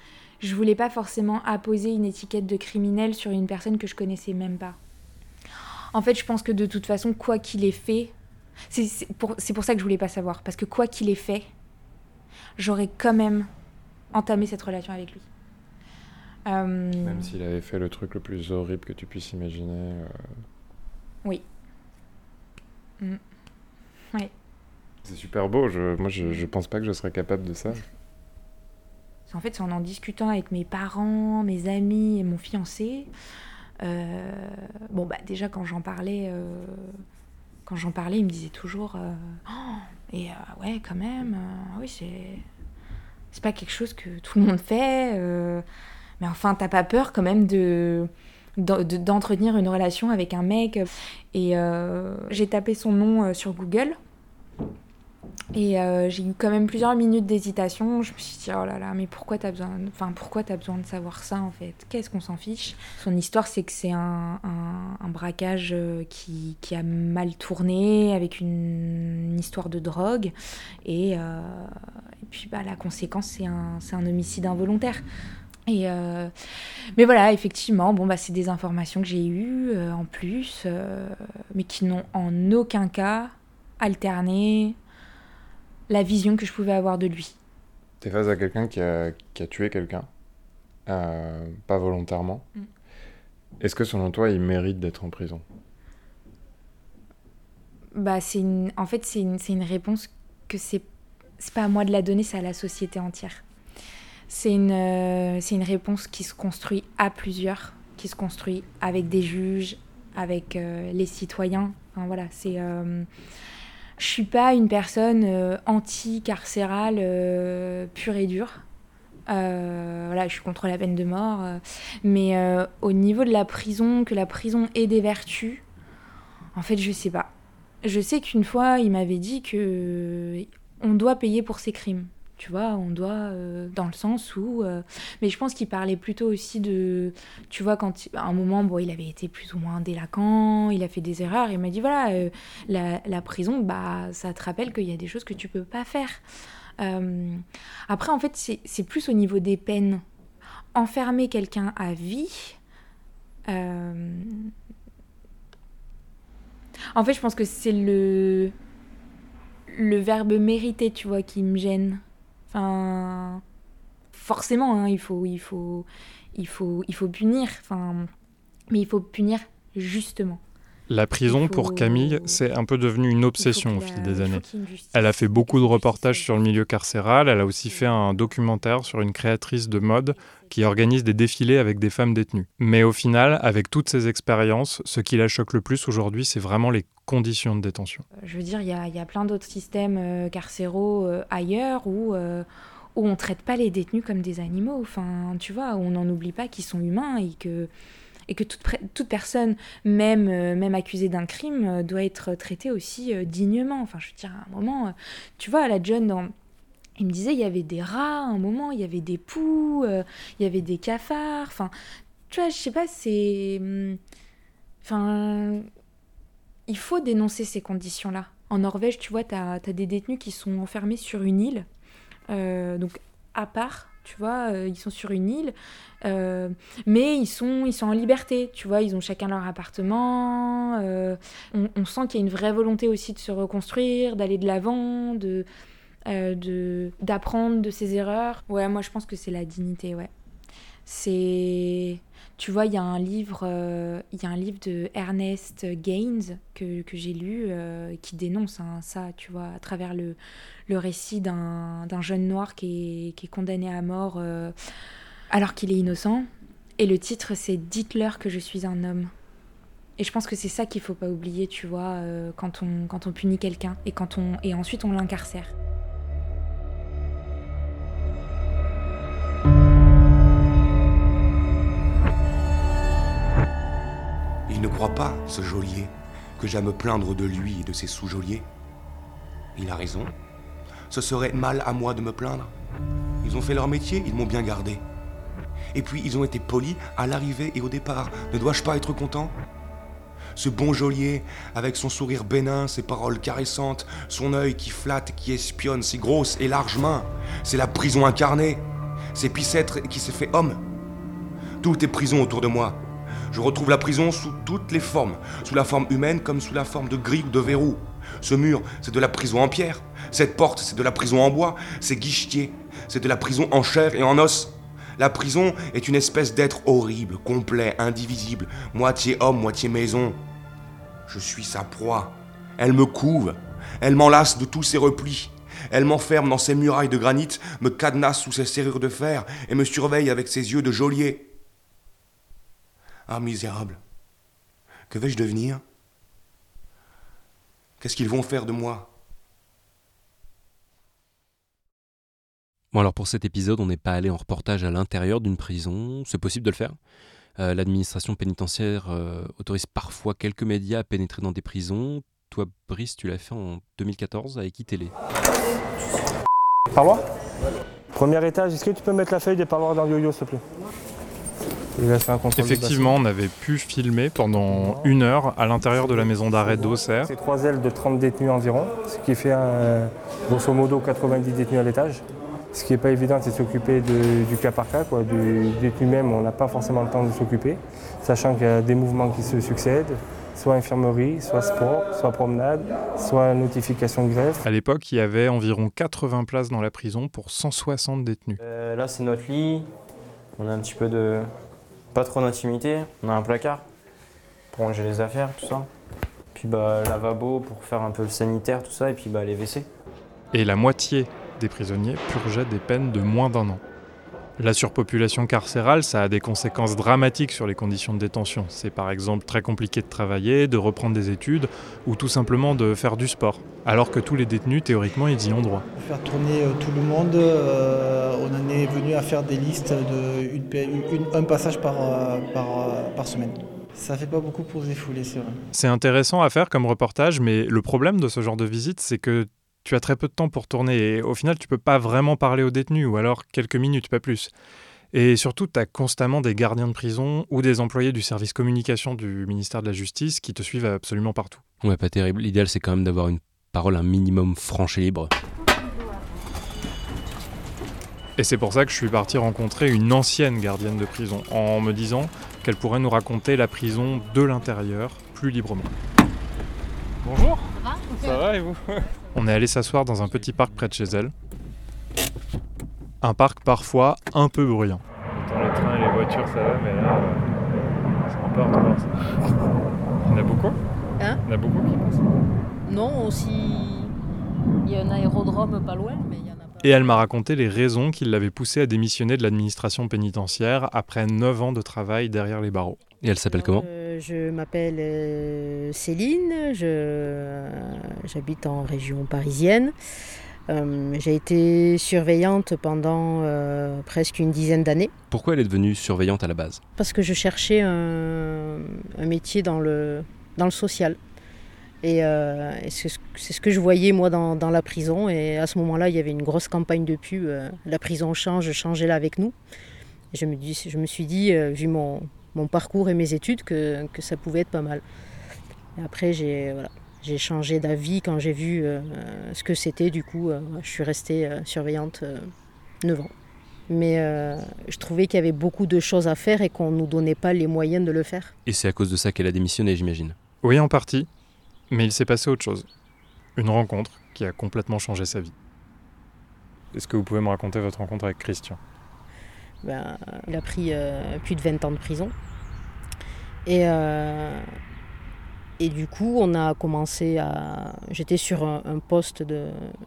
je voulais pas forcément apposer une étiquette de criminel sur une personne que je connaissais même pas. En fait, je pense que de toute façon, quoi qu'il ait fait, c'est, c'est, pour, c'est pour ça que je voulais pas savoir, parce que quoi qu'il ait fait, j'aurais quand même entamé cette relation avec lui. Euh...
Même s'il avait fait le truc le plus horrible que tu puisses imaginer. Euh...
Oui. Mmh. Oui.
C'est super beau, je, moi je, je pense pas que je serais capable de ça.
En fait, c'est en en discutant avec mes parents, mes amis et mon fiancé. Euh, bon, bah déjà, quand j'en parlais, euh, quand j'en parlais, il me disait toujours euh, oh, et euh, ouais, quand même, euh, oui, c'est, c'est pas quelque chose que tout le monde fait. Euh, mais enfin, t'as pas peur quand même de, de, de d'entretenir une relation avec un mec. Et euh, j'ai tapé son nom euh, sur Google. Et euh, j'ai eu quand même plusieurs minutes d'hésitation. Je me suis dit, oh là là, mais pourquoi t'as besoin, enfin, pourquoi t'as besoin de savoir ça, en fait ? Qu'est-ce qu'on s'en fiche ? Son histoire, c'est que c'est un, un, un braquage qui, qui a mal tourné, avec une, une histoire de drogue. Et, euh, et puis, bah, la conséquence, c'est un, c'est un homicide involontaire. Et euh, mais voilà, effectivement, bon, bah, c'est des informations que j'ai eues euh, en plus, euh, mais qui n'ont en aucun cas alterné la vision que je pouvais avoir de lui.
T'es face à quelqu'un qui a, qui a tué quelqu'un, euh, pas volontairement. Mm. Est-ce que selon toi, il mérite d'être en prison ?
Bah, c'est une, en fait, c'est une, c'est une réponse que c'est, c'est pas à moi de la donner, c'est à la société entière. C'est une, euh, c'est une réponse qui se construit à plusieurs, qui se construit avec des juges, avec euh, les citoyens. Enfin, voilà, c'est... Euh, Je suis pas une personne euh, anti-carcérale euh, pure et dure. Euh, voilà, je suis contre la peine de mort. Euh, mais euh, au niveau de la prison, que la prison ait des vertus, en fait, je sais pas. Je sais qu'une fois, il m'avait dit que on doit payer pour ses crimes. Tu vois, on doit, euh, dans le sens où... Euh, mais je pense qu'il parlait plutôt aussi de... Tu vois, quand à un moment, bon, il avait été plus ou moins délinquant, il a fait des erreurs, et il m'a dit, voilà, euh, la, la prison, bah, ça te rappelle qu'il y a des choses que tu peux pas faire. Euh, après, en fait, c'est, c'est plus au niveau des peines. Enfermer quelqu'un à vie... Euh, en fait, je pense que c'est le... le verbe mériter, tu vois, qui me gêne. Enfin, forcément, hein, il faut, il faut, il faut, il faut punir. Enfin, mais il faut punir justement.
La prison, faut... pour Camille, c'est un peu devenu une obsession au fil la... des années. Elle a fait beaucoup de reportages sur le milieu carcéral. Elle a aussi fait un documentaire sur une créatrice de mode qui organise des défilés avec des femmes détenues. Mais au final, avec toutes ces expériences, ce qui la choque le plus aujourd'hui, c'est vraiment les conditions de détention.
Je veux dire, il y a, y a plein d'autres systèmes euh, carcéraux euh, ailleurs où, euh, où on ne traite pas les détenus comme des animaux. Enfin, tu vois, où on n'en oublie pas qu'ils sont humains et que... et que toute, toute personne, même, euh, même accusée d'un crime, euh, doit être traitée aussi euh, dignement. Enfin, je veux dire, à un moment, euh, tu vois, la John, dans... il me disait, il y avait des rats, à un moment, il y avait des poux, euh, il y avait des cafards. Enfin, tu vois, je sais pas, c'est... Enfin, il faut dénoncer ces conditions-là. En Norvège, tu vois, t'as, t'as des détenus qui sont enfermés sur une île, euh, donc à part... Tu vois, euh, ils sont sur une île, euh, mais ils sont, ils sont en liberté, tu vois, ils ont chacun leur appartement, euh, on, on sent qu'il y a une vraie volonté aussi de se reconstruire, d'aller de l'avant, de, euh, de, d'apprendre de ses erreurs. Ouais, moi je pense que c'est la dignité, ouais. C'est... Tu vois, il y a un livre, euh, il y a un livre de Ernest Gaines que, que j'ai lu euh, qui dénonce hein, ça, tu vois, à travers le, le récit d'un, d'un jeune noir qui est, qui est condamné à mort euh, alors qu'il est innocent. Et le titre, c'est « Dites-leur que je suis un homme ». Et je pense que c'est ça qu'il faut pas oublier, tu vois, euh, quand on, quand on punit quelqu'un et, quand on, et ensuite on l'incarcère.
Il ne croit pas, ce geôlier, que j'aime me plaindre de lui et de ses sous-geôliers. Il a raison. Ce serait mal à moi de me plaindre. Ils ont fait leur métier, ils m'ont bien gardé. Et puis, ils ont été polis à l'arrivée et au départ. Ne dois-je pas être content ? Ce bon geôlier, avec son sourire bénin, ses paroles caressantes, son œil qui flatte, qui espionne, ses grosses et larges mains, c'est la prison incarnée. c'est Picêtre qui s'est fait homme. Tout est prison autour de moi. Je retrouve la prison sous toutes les formes, sous la forme humaine comme sous la forme de grille ou de verrou. Ce mur, c'est de la prison en pierre. Cette porte, c'est de la prison en bois. Ces guichetiers, c'est de la prison en chair et en os. La prison est une espèce d'être horrible, complet, indivisible, moitié homme, moitié maison. Je suis sa proie. Elle me couve. Elle m'enlace de tous ses replis. Elle m'enferme dans ses murailles de granit, me cadenasse sous ses serrures de fer et me surveille avec ses yeux de geôlier. Ah, misérable. Que vais-je devenir ? Qu'est-ce qu'ils vont faire de moi ?
Bon alors pour cet épisode, on n'est pas allé en reportage à l'intérieur d'une prison, c'est possible de le faire. Euh, l'administration pénitentiaire euh, autorise parfois quelques médias à pénétrer dans des prisons. Toi, Brice, tu l'as fait en deux mille quatorze avec iTélé.
Parloir ? Premier étage, est-ce que tu peux mettre la feuille des parloirs dans le yo-yo, s'il te plaît ?
Effectivement, on avait pu filmer pendant une heure à l'intérieur de la maison d'arrêt d'Auxerre.
C'est trois ailes de trente détenus environ, ce qui fait euh, grosso modo quatre-vingt-dix détenus à l'étage. Ce qui n'est pas évident, c'est de s'occuper de, du cas par cas, quoi. Du détenu même, on n'a pas forcément le temps de s'occuper, sachant qu'il y a des mouvements qui se succèdent, soit infirmerie, soit sport, soit promenade, soit notification de greffe.
À l'époque, il y avait environ quatre-vingts places dans la prison pour cent soixante détenus.
Euh, là, c'est notre lit, on a un petit peu de... pas trop d'intimité, on a un placard pour ranger les affaires, tout ça. Puis bah, lavabo pour faire un peu le sanitaire, tout ça, et puis bah, les W C.
Et la moitié des prisonniers purgeaient des peines de moins d'un an. La surpopulation carcérale, ça a des conséquences dramatiques sur les conditions de détention. C'est par exemple très compliqué de travailler, de reprendre des études ou tout simplement de faire du sport. Alors que tous les détenus, théoriquement, ils y ont droit.
Faire tourner euh, tout le monde, euh, on en est venu à faire des listes de une, une, un passage par, euh, par, euh, par semaine. Ça fait pas beaucoup pour se défouler, c'est vrai.
C'est intéressant à faire comme reportage, mais le problème de ce genre de visite, c'est que tu as très peu de temps pour tourner et au final, tu peux pas vraiment parler aux détenus ou alors quelques minutes, pas plus. Et surtout, tu as constamment des gardiens de prison ou des employés du service communication du ministère de la Justice qui te suivent absolument partout.
Ouais, pas terrible. L'idéal, c'est quand même d'avoir une parole un minimum franche et libre.
Et c'est pour ça que je suis parti rencontrer une ancienne gardienne de prison en me disant qu'elle pourrait nous raconter la prison de l'intérieur plus librement. Bonjour.
Ça va ?
Ça va et vous ? On est allé s'asseoir dans un petit parc près de chez elle. Un parc parfois un peu bruyant.
Autant les trains et les voitures ça va, mais là, euh, c'est un peu hardcore ça. Il y en a beaucoup ?
Hein ?
Il y en a beaucoup qui passent ?
Non, aussi. Il y a un aérodrome pas loin, mais il y en a pas.
Et elle m'a raconté les raisons qui l'avaient poussée à démissionner de l'administration pénitentiaire après neuf ans de travail derrière les barreaux.
Et elle s'appelle comment ?
euh, Je m'appelle euh, Céline, je, j'habite en région parisienne. Euh, j'ai été surveillante pendant euh, presque une dizaine d'années.
Pourquoi elle est devenue surveillante à la base ?
Parce que je cherchais un, un métier dans le, dans le social. Et, euh, et c'est, c'est ce que je voyais moi dans, dans la prison. Et à ce moment-là, il y avait une grosse campagne de pub. Euh, la prison change, changez-la avec nous. Et je me, dis, je me suis dit, euh, vu mon, mon parcours et mes études, que, que ça pouvait être pas mal. Et après, j'ai, voilà, j'ai changé d'avis quand j'ai vu euh, ce que c'était. Du coup, euh, je suis restée euh, surveillante euh, neuf ans. Mais euh, je trouvais qu'il y avait beaucoup de choses à faire et qu'on ne nous donnait pas les moyens de le faire.
Et c'est à cause de ça qu'elle a démissionné, j'imagine ?
Oui, en partie. Mais il s'est passé autre chose. Une rencontre qui a complètement changé sa vie. Est-ce que vous pouvez me raconter votre rencontre avec Christian ?
Ben, il a pris euh, plus de vingt ans de prison. Et, euh, et du coup, on a commencé à... J'étais sur un, un poste de...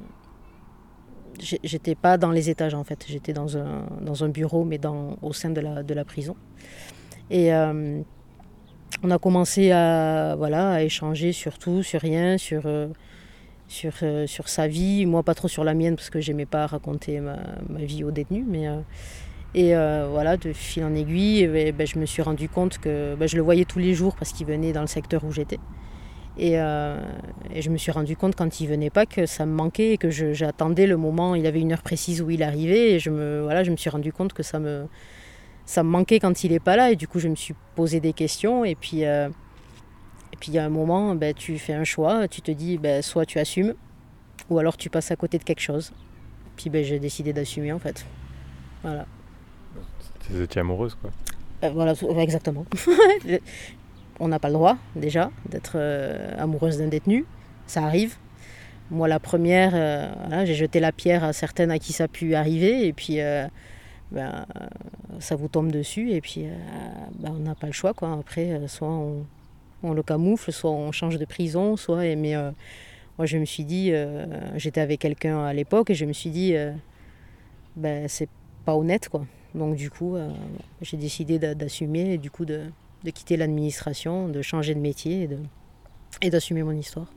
J'étais pas dans les étages en fait, j'étais dans un, dans un bureau, mais dans, au sein de la, de la prison. Et... Euh, on a commencé à, voilà, à échanger sur tout, sur rien, sur, euh, sur, euh, sur sa vie. Moi, pas trop sur la mienne, parce que j'aimais pas raconter ma, ma vie aux détenus. Mais, euh, et euh, voilà, de fil en aiguille, et, ben, je me suis rendu compte que ben, je le voyais tous les jours parce qu'il venait dans le secteur où j'étais. Et, euh, et je me suis rendu compte quand il venait pas que ça me manquait et que je, j'attendais le moment, il avait une heure précise où il arrivait. Et je me, voilà, je me suis rendu compte que ça me... ça me manquait quand il n'est pas là et du coup je me suis posé des questions et puis euh, et puis il y a un moment ben, tu fais un choix, tu te dis ben, soit tu assumes ou alors tu passes à côté de quelque chose. Puis ben, j'ai décidé d'assumer en fait. Voilà.
Vous étiez amoureuse, quoi.
Euh, voilà, exactement. On n'a pas le droit, déjà, d'être euh, amoureuse d'un détenu. Ça arrive. Moi, la première, euh, voilà, j'ai jeté la pierre à certaines à qui ça a pu arriver. Et puis, euh, ben, ça vous tombe dessus. Et puis, euh, ben, on n'a pas le choix, quoi. Après, euh, soit on, on le camoufle, soit on change de prison, soit... Mais euh, moi, je me suis dit... Euh, j'étais avec quelqu'un à l'époque et je me suis dit... Euh, ben, c'est pas honnête, quoi. Donc du coup, euh, j'ai décidé d'assumer et du coup de, de quitter l'administration, de changer de métier et, de, et d'assumer mon histoire.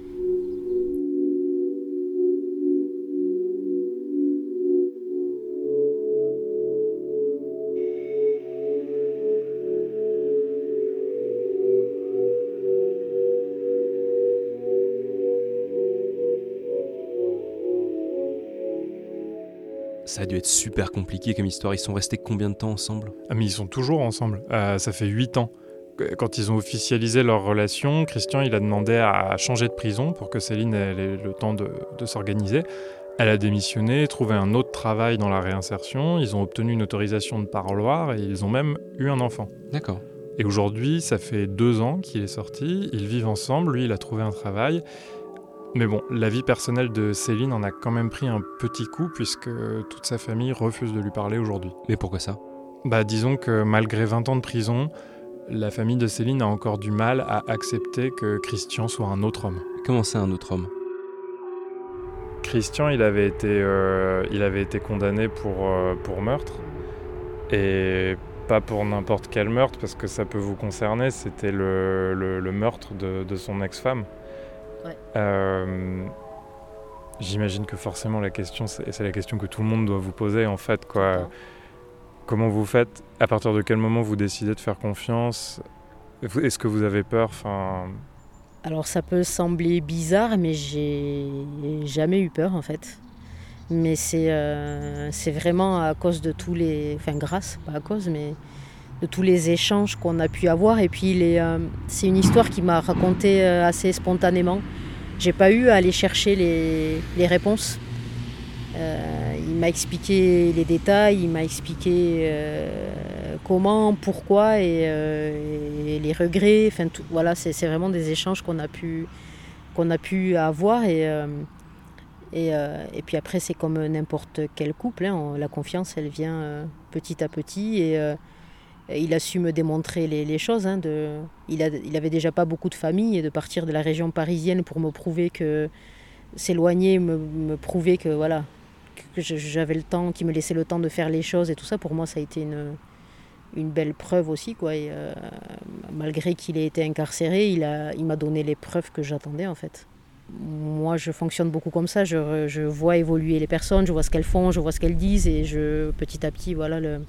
Ça a dû être super compliqué comme histoire. Ils sont restés combien de temps ensemble ?
Ah mais ils sont toujours ensemble. Euh, ça fait huit ans. Quand ils ont officialisé leur relation, Christian il a demandé à changer de prison pour que Céline ait le temps de, de s'organiser. Elle a démissionné, trouvé un autre travail dans la réinsertion. Ils ont obtenu une autorisation de parloir et ils ont même eu un enfant.
D'accord.
Et aujourd'hui, ça fait deux ans qu'il est sorti. Ils vivent ensemble. Lui, il a trouvé un travail. Mais bon, la vie personnelle de Céline en a quand même pris un petit coup puisque toute sa famille refuse de lui parler aujourd'hui.
Mais pourquoi ça ?
Bah disons que malgré vingt ans de prison, la famille de Céline a encore du mal à accepter que Christian soit un autre homme.
Comment ça, un autre homme ?
Christian, il avait été, euh, il avait été condamné pour, euh, pour meurtre. Et pas pour n'importe quel meurtre, parce que ça peut vous concerner, c'était le, le, le meurtre de, de son ex-femme.
Ouais.
Euh, j'imagine que forcément la question, c'est, c'est la question que tout le monde doit vous poser en fait, quoi. Comment vous faites ? À partir de quel moment vous décidez de faire confiance ? Est-ce que vous avez peur ? Enfin...
Alors ça peut sembler bizarre, mais j'ai jamais eu peur en fait. Mais c'est euh, c'est vraiment à cause de tous les... Enfin grâce, pas à cause, mais de tous les échanges qu'on a pu avoir. Et puis les, euh, c'est une histoire qui m'a racontée euh, assez spontanément. J'ai pas eu à aller chercher les, les réponses. Euh, il m'a expliqué les détails, il m'a expliqué euh, comment, pourquoi et, euh, et les regrets. Enfin, tout, voilà, c'est, c'est vraiment des échanges qu'on a pu, qu'on a pu avoir. Et, euh, et, euh, et puis après, c'est comme n'importe quel couple. Hein, la confiance, elle vient euh, petit à petit. Et euh, il a su me démontrer les, les choses. Hein, de, il, a, il avait déjà pas beaucoup de famille et de partir de la région parisienne pour me prouver que s'éloigner, me, me prouver que voilà. que j'avais le temps, qui me laissait le temps de faire les choses et tout ça, pour moi ça a été une, une belle preuve aussi, quoi. Et, euh, malgré qu'il ait été incarcéré, il, a, il m'a donné les preuves que j'attendais en fait. Moi je fonctionne beaucoup comme ça, je, je vois évoluer les personnes, je vois ce qu'elles font, je vois ce qu'elles disent et je, petit à petit, voilà, le...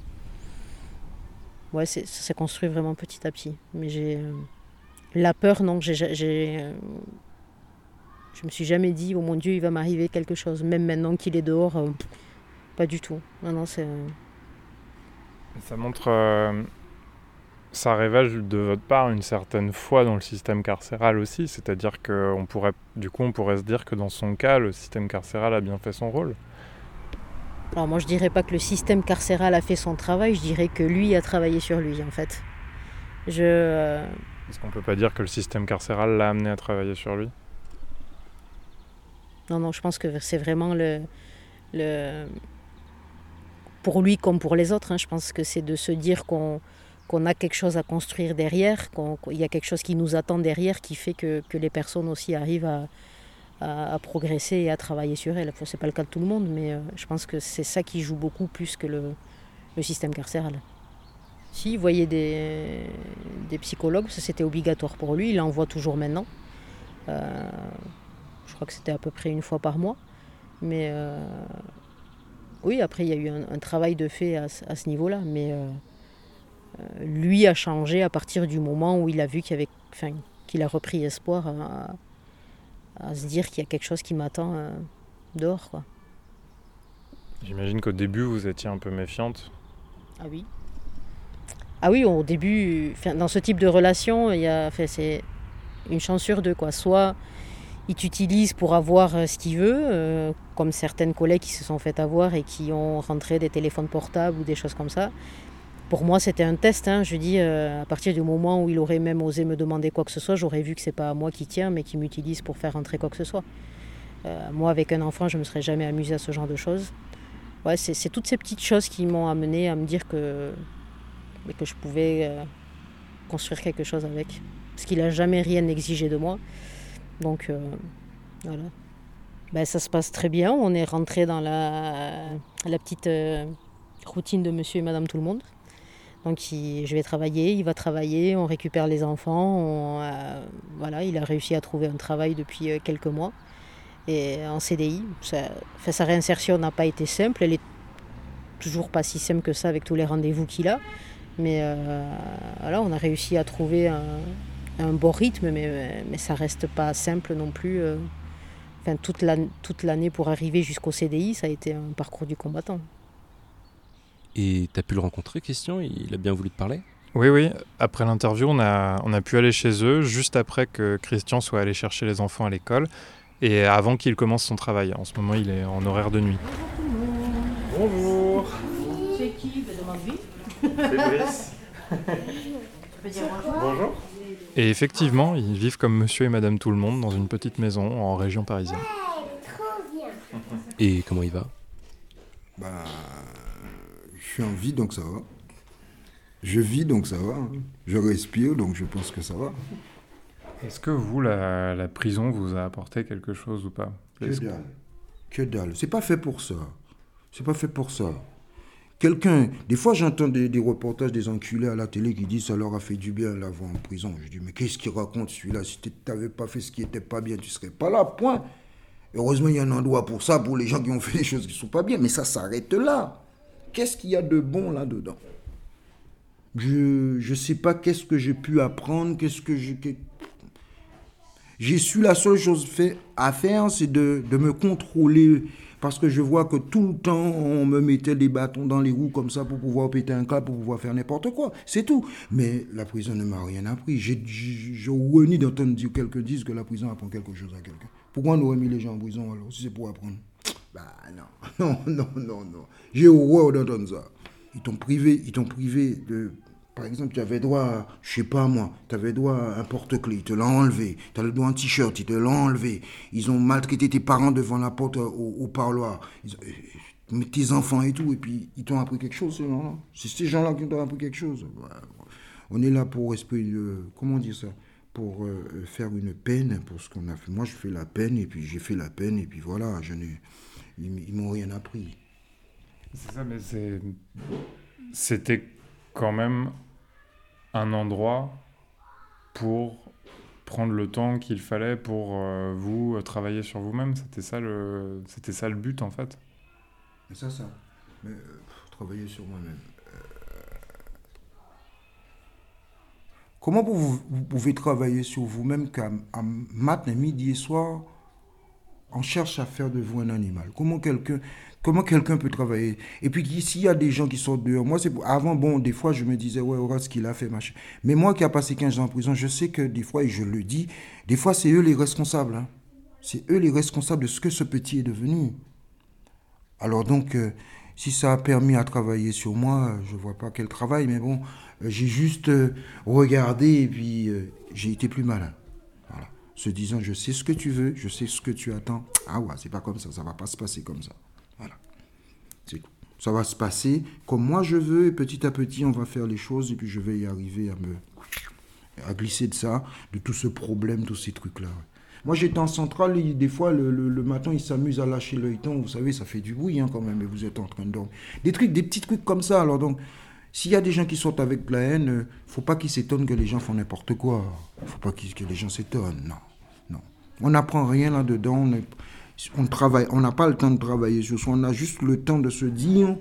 ouais, c'est, ça s'est construit vraiment petit à petit. Mais j'ai... Euh, la peur, non, j'ai... j'ai euh, je me suis jamais dit, oh mon Dieu, il va m'arriver quelque chose. Même maintenant qu'il est dehors, euh, pas du tout. Non, non, c'est...
Ça montre... Euh, ça révèle de votre part une certaine foi dans le système carcéral aussi. C'est-à-dire qu'on pourrait... Du coup, on pourrait se dire que dans son cas, le système carcéral a bien fait son rôle.
Alors moi, je dirais pas que le système carcéral a fait son travail. Je dirais que lui a travaillé sur lui, en fait. Je... Euh...
Est-ce qu'on peut pas dire que le système carcéral l'a amené à travailler sur lui ?
Non, non, je pense que c'est vraiment le, le... pour lui comme pour les autres, hein, je pense que c'est de se dire qu'on, qu'on a quelque chose à construire derrière, qu'on, qu'il y a quelque chose qui nous attend derrière, qui fait que, que les personnes aussi arrivent à, à, à progresser et à travailler sur elles. Ce n'est pas le cas de tout le monde, mais euh, je pense que c'est ça qui joue beaucoup plus que le, le système carcéral. Si, il voyait des, des psychologues, ça c'était obligatoire pour lui, il en voit toujours maintenant. Euh, Je crois que c'était à peu près une fois par mois. Mais euh, oui, après, il y a eu un, un travail de fait à, à ce niveau-là. Mais euh, euh, lui a changé à partir du moment où il a vu qu'il, y avait, enfin, qu'il a repris espoir à, à se dire qu'il y a quelque chose qui m'attend euh, dehors, quoi.
J'imagine qu'au début, vous étiez un peu méfiante.
Ah oui. Ah oui, au début, dans ce type de relation, il y a, enfin, c'est une chance sur deux, quoi. Soit il t'utilise pour avoir euh, ce qu'il veut, euh, comme certaines collègues qui se sont fait avoir et qui ont rentré des téléphones portables ou des choses comme ça. Pour moi, c'était un test. Hein. Je dis, euh, à partir du moment où il aurait même osé me demander quoi que ce soit, j'aurais vu que c'est pas à moi qui tient, mais qui m'utilise pour faire rentrer quoi que ce soit. Euh, moi, avec un enfant, je me serais jamais amusée à ce genre de choses. Ouais, c'est, c'est toutes ces petites choses qui m'ont amené à me dire que, que je pouvais euh, construire quelque chose avec. Parce qu'il n'a jamais rien exigé de moi. Donc, euh, voilà. Ben, ça se passe très bien. On est rentré dans la, la petite euh, routine de monsieur et madame tout le monde. Donc, il, je vais travailler, il va travailler, on récupère les enfants. On, euh, voilà, il a réussi à trouver un travail depuis euh, quelques mois. Et en C D I, ça, enfin, sa réinsertion n'a pas été simple. Elle est toujours pas si simple que ça avec tous les rendez-vous qu'il a. Mais euh, voilà, on a réussi à trouver un, un bon rythme, mais, mais ça reste pas simple non plus. Euh, enfin, toute, la, toute l'année pour arriver jusqu'au C D I, ça a été un parcours du combattant.
Et tu as pu le rencontrer, Christian? Il a bien voulu te parler?
Oui, oui. Après l'interview, on a, on a pu aller chez eux, juste après que Christian soit allé chercher les enfants à l'école, et avant qu'il commence son travail. En ce moment, il est en horaire de nuit.
Bonjour.
C'est qui? Demande-lui.
C'est Brice.
Tu peux dire bonjour.
Bonjour.
Et effectivement, ils vivent comme monsieur et madame tout le monde dans une petite maison en région parisienne.
Et comment il va?
Bah, je suis en vie, donc ça va. Je vis, donc ça va. Je respire, donc je pense que ça va.
Est-ce que vous, la, la prison, vous a apporté quelque chose ou pas?
Que dalle. Que dalle. C'est pas fait pour ça. C'est pas fait pour ça. Quelqu'un... Des fois, j'entends des, des reportages des enculés à la télé qui disent « ça leur a fait du bien l'avoir en prison ». Je dis « mais qu'est-ce qu'il raconte celui-là? Si t'avais pas fait ce qui était pas bien, tu serais pas là, point. » Heureusement, il y a un endroit pour ça, pour les gens qui ont fait des choses qui sont pas bien. Mais ça s'arrête là. Qu'est-ce qu'il y a de bon là-dedans? Je je sais pas qu'est-ce que j'ai pu apprendre, qu'est-ce que j'ai... J'ai su la seule chose fait, à faire, c'est de, de me contrôler. Parce que je vois que tout le temps, on me mettait des bâtons dans les roues comme ça pour pouvoir péter un câble, pour pouvoir faire n'importe quoi. C'est tout. Mais la prison ne m'a rien appris. J'ai, j'ai, j'ai renie d'entendre dire, quelqu'un disent que la prison apprend quelque chose à quelqu'un. Pourquoi on aurait mis les gens en prison alors, si c'est pour apprendre? Bah non, non, non, non, non. J'ai horreur d'entendre ça. Ils t'ont privé, ils t'ont privé de... Par exemple, tu avais droit à, je sais pas moi, tu avais droit à un porte-clés, ils te l'ont enlevé. Tu as le droit à un t-shirt, ils te l'ont enlevé. Ils ont maltraité tes parents devant la porte au, au parloir. Ils, euh, tes enfants et tout, et puis ils t'ont appris quelque chose, ces gens-là. C'est ces gens-là qui t'ont appris quelque chose. On est là pour esprit de, comment dire ça, pour euh, faire une peine, pour ce qu'on a fait. Moi, je fais la peine, et puis j'ai fait la peine, et puis voilà, je n'ai, ils, ils m'ont rien appris.
C'est ça, mais c'est... C'était quand même un endroit pour prendre le temps qu'il fallait pour euh, vous euh, travailler sur vous-même. C'était ça le, c'était ça le but en fait.
C'est ça, ça. Mais euh, travailler sur moi-même. Euh... Comment vous, vous pouvez travailler sur vous-même qu'à à matin, midi et soir, on cherche à faire de vous un animal? Comment quelqu'un... Comment quelqu'un peut travailler? Et puis, s'il y a des gens qui sortent dehors, moi, c'est avant, bon, des fois, je me disais, ouais, regarde ce qu'il a fait, machin. Mais moi qui a passé quinze ans en prison, je sais que des fois, et je le dis, des fois, c'est eux les responsables. Hein. C'est eux les responsables de ce que ce petit est devenu. Alors donc, euh, si ça a permis à travailler sur moi, je ne vois pas quel travail, mais bon, euh, j'ai juste euh, regardé et puis euh, j'ai été plus malin. Voilà. Se disant, je sais ce que tu veux, je sais ce que tu attends. Ah ouais, c'est pas comme ça, ça ne va pas se passer comme ça. Voilà, c'est tout. Ça va se passer comme moi je veux et petit à petit on va faire les choses et puis je vais y arriver à me à glisser de ça, de tout ce problème, tous ces trucs-là. Moi j'étais en centrale, et des fois le, le, le matin ils s'amusent à lâcher l'œilleton, vous savez ça fait du bruit hein, quand même et vous êtes en train de dormir. Des trucs, des petits trucs comme ça. Alors donc s'il y a des gens qui sont avec la haine, euh, faut pas qu'ils s'étonnent que les gens font n'importe quoi. Faut pas qu'ils, que les gens s'étonnent, non, non. On n'apprend rien là-dedans, on est... On travaille, on n'a pas le temps de travailler sur soi, on a juste le temps de se dire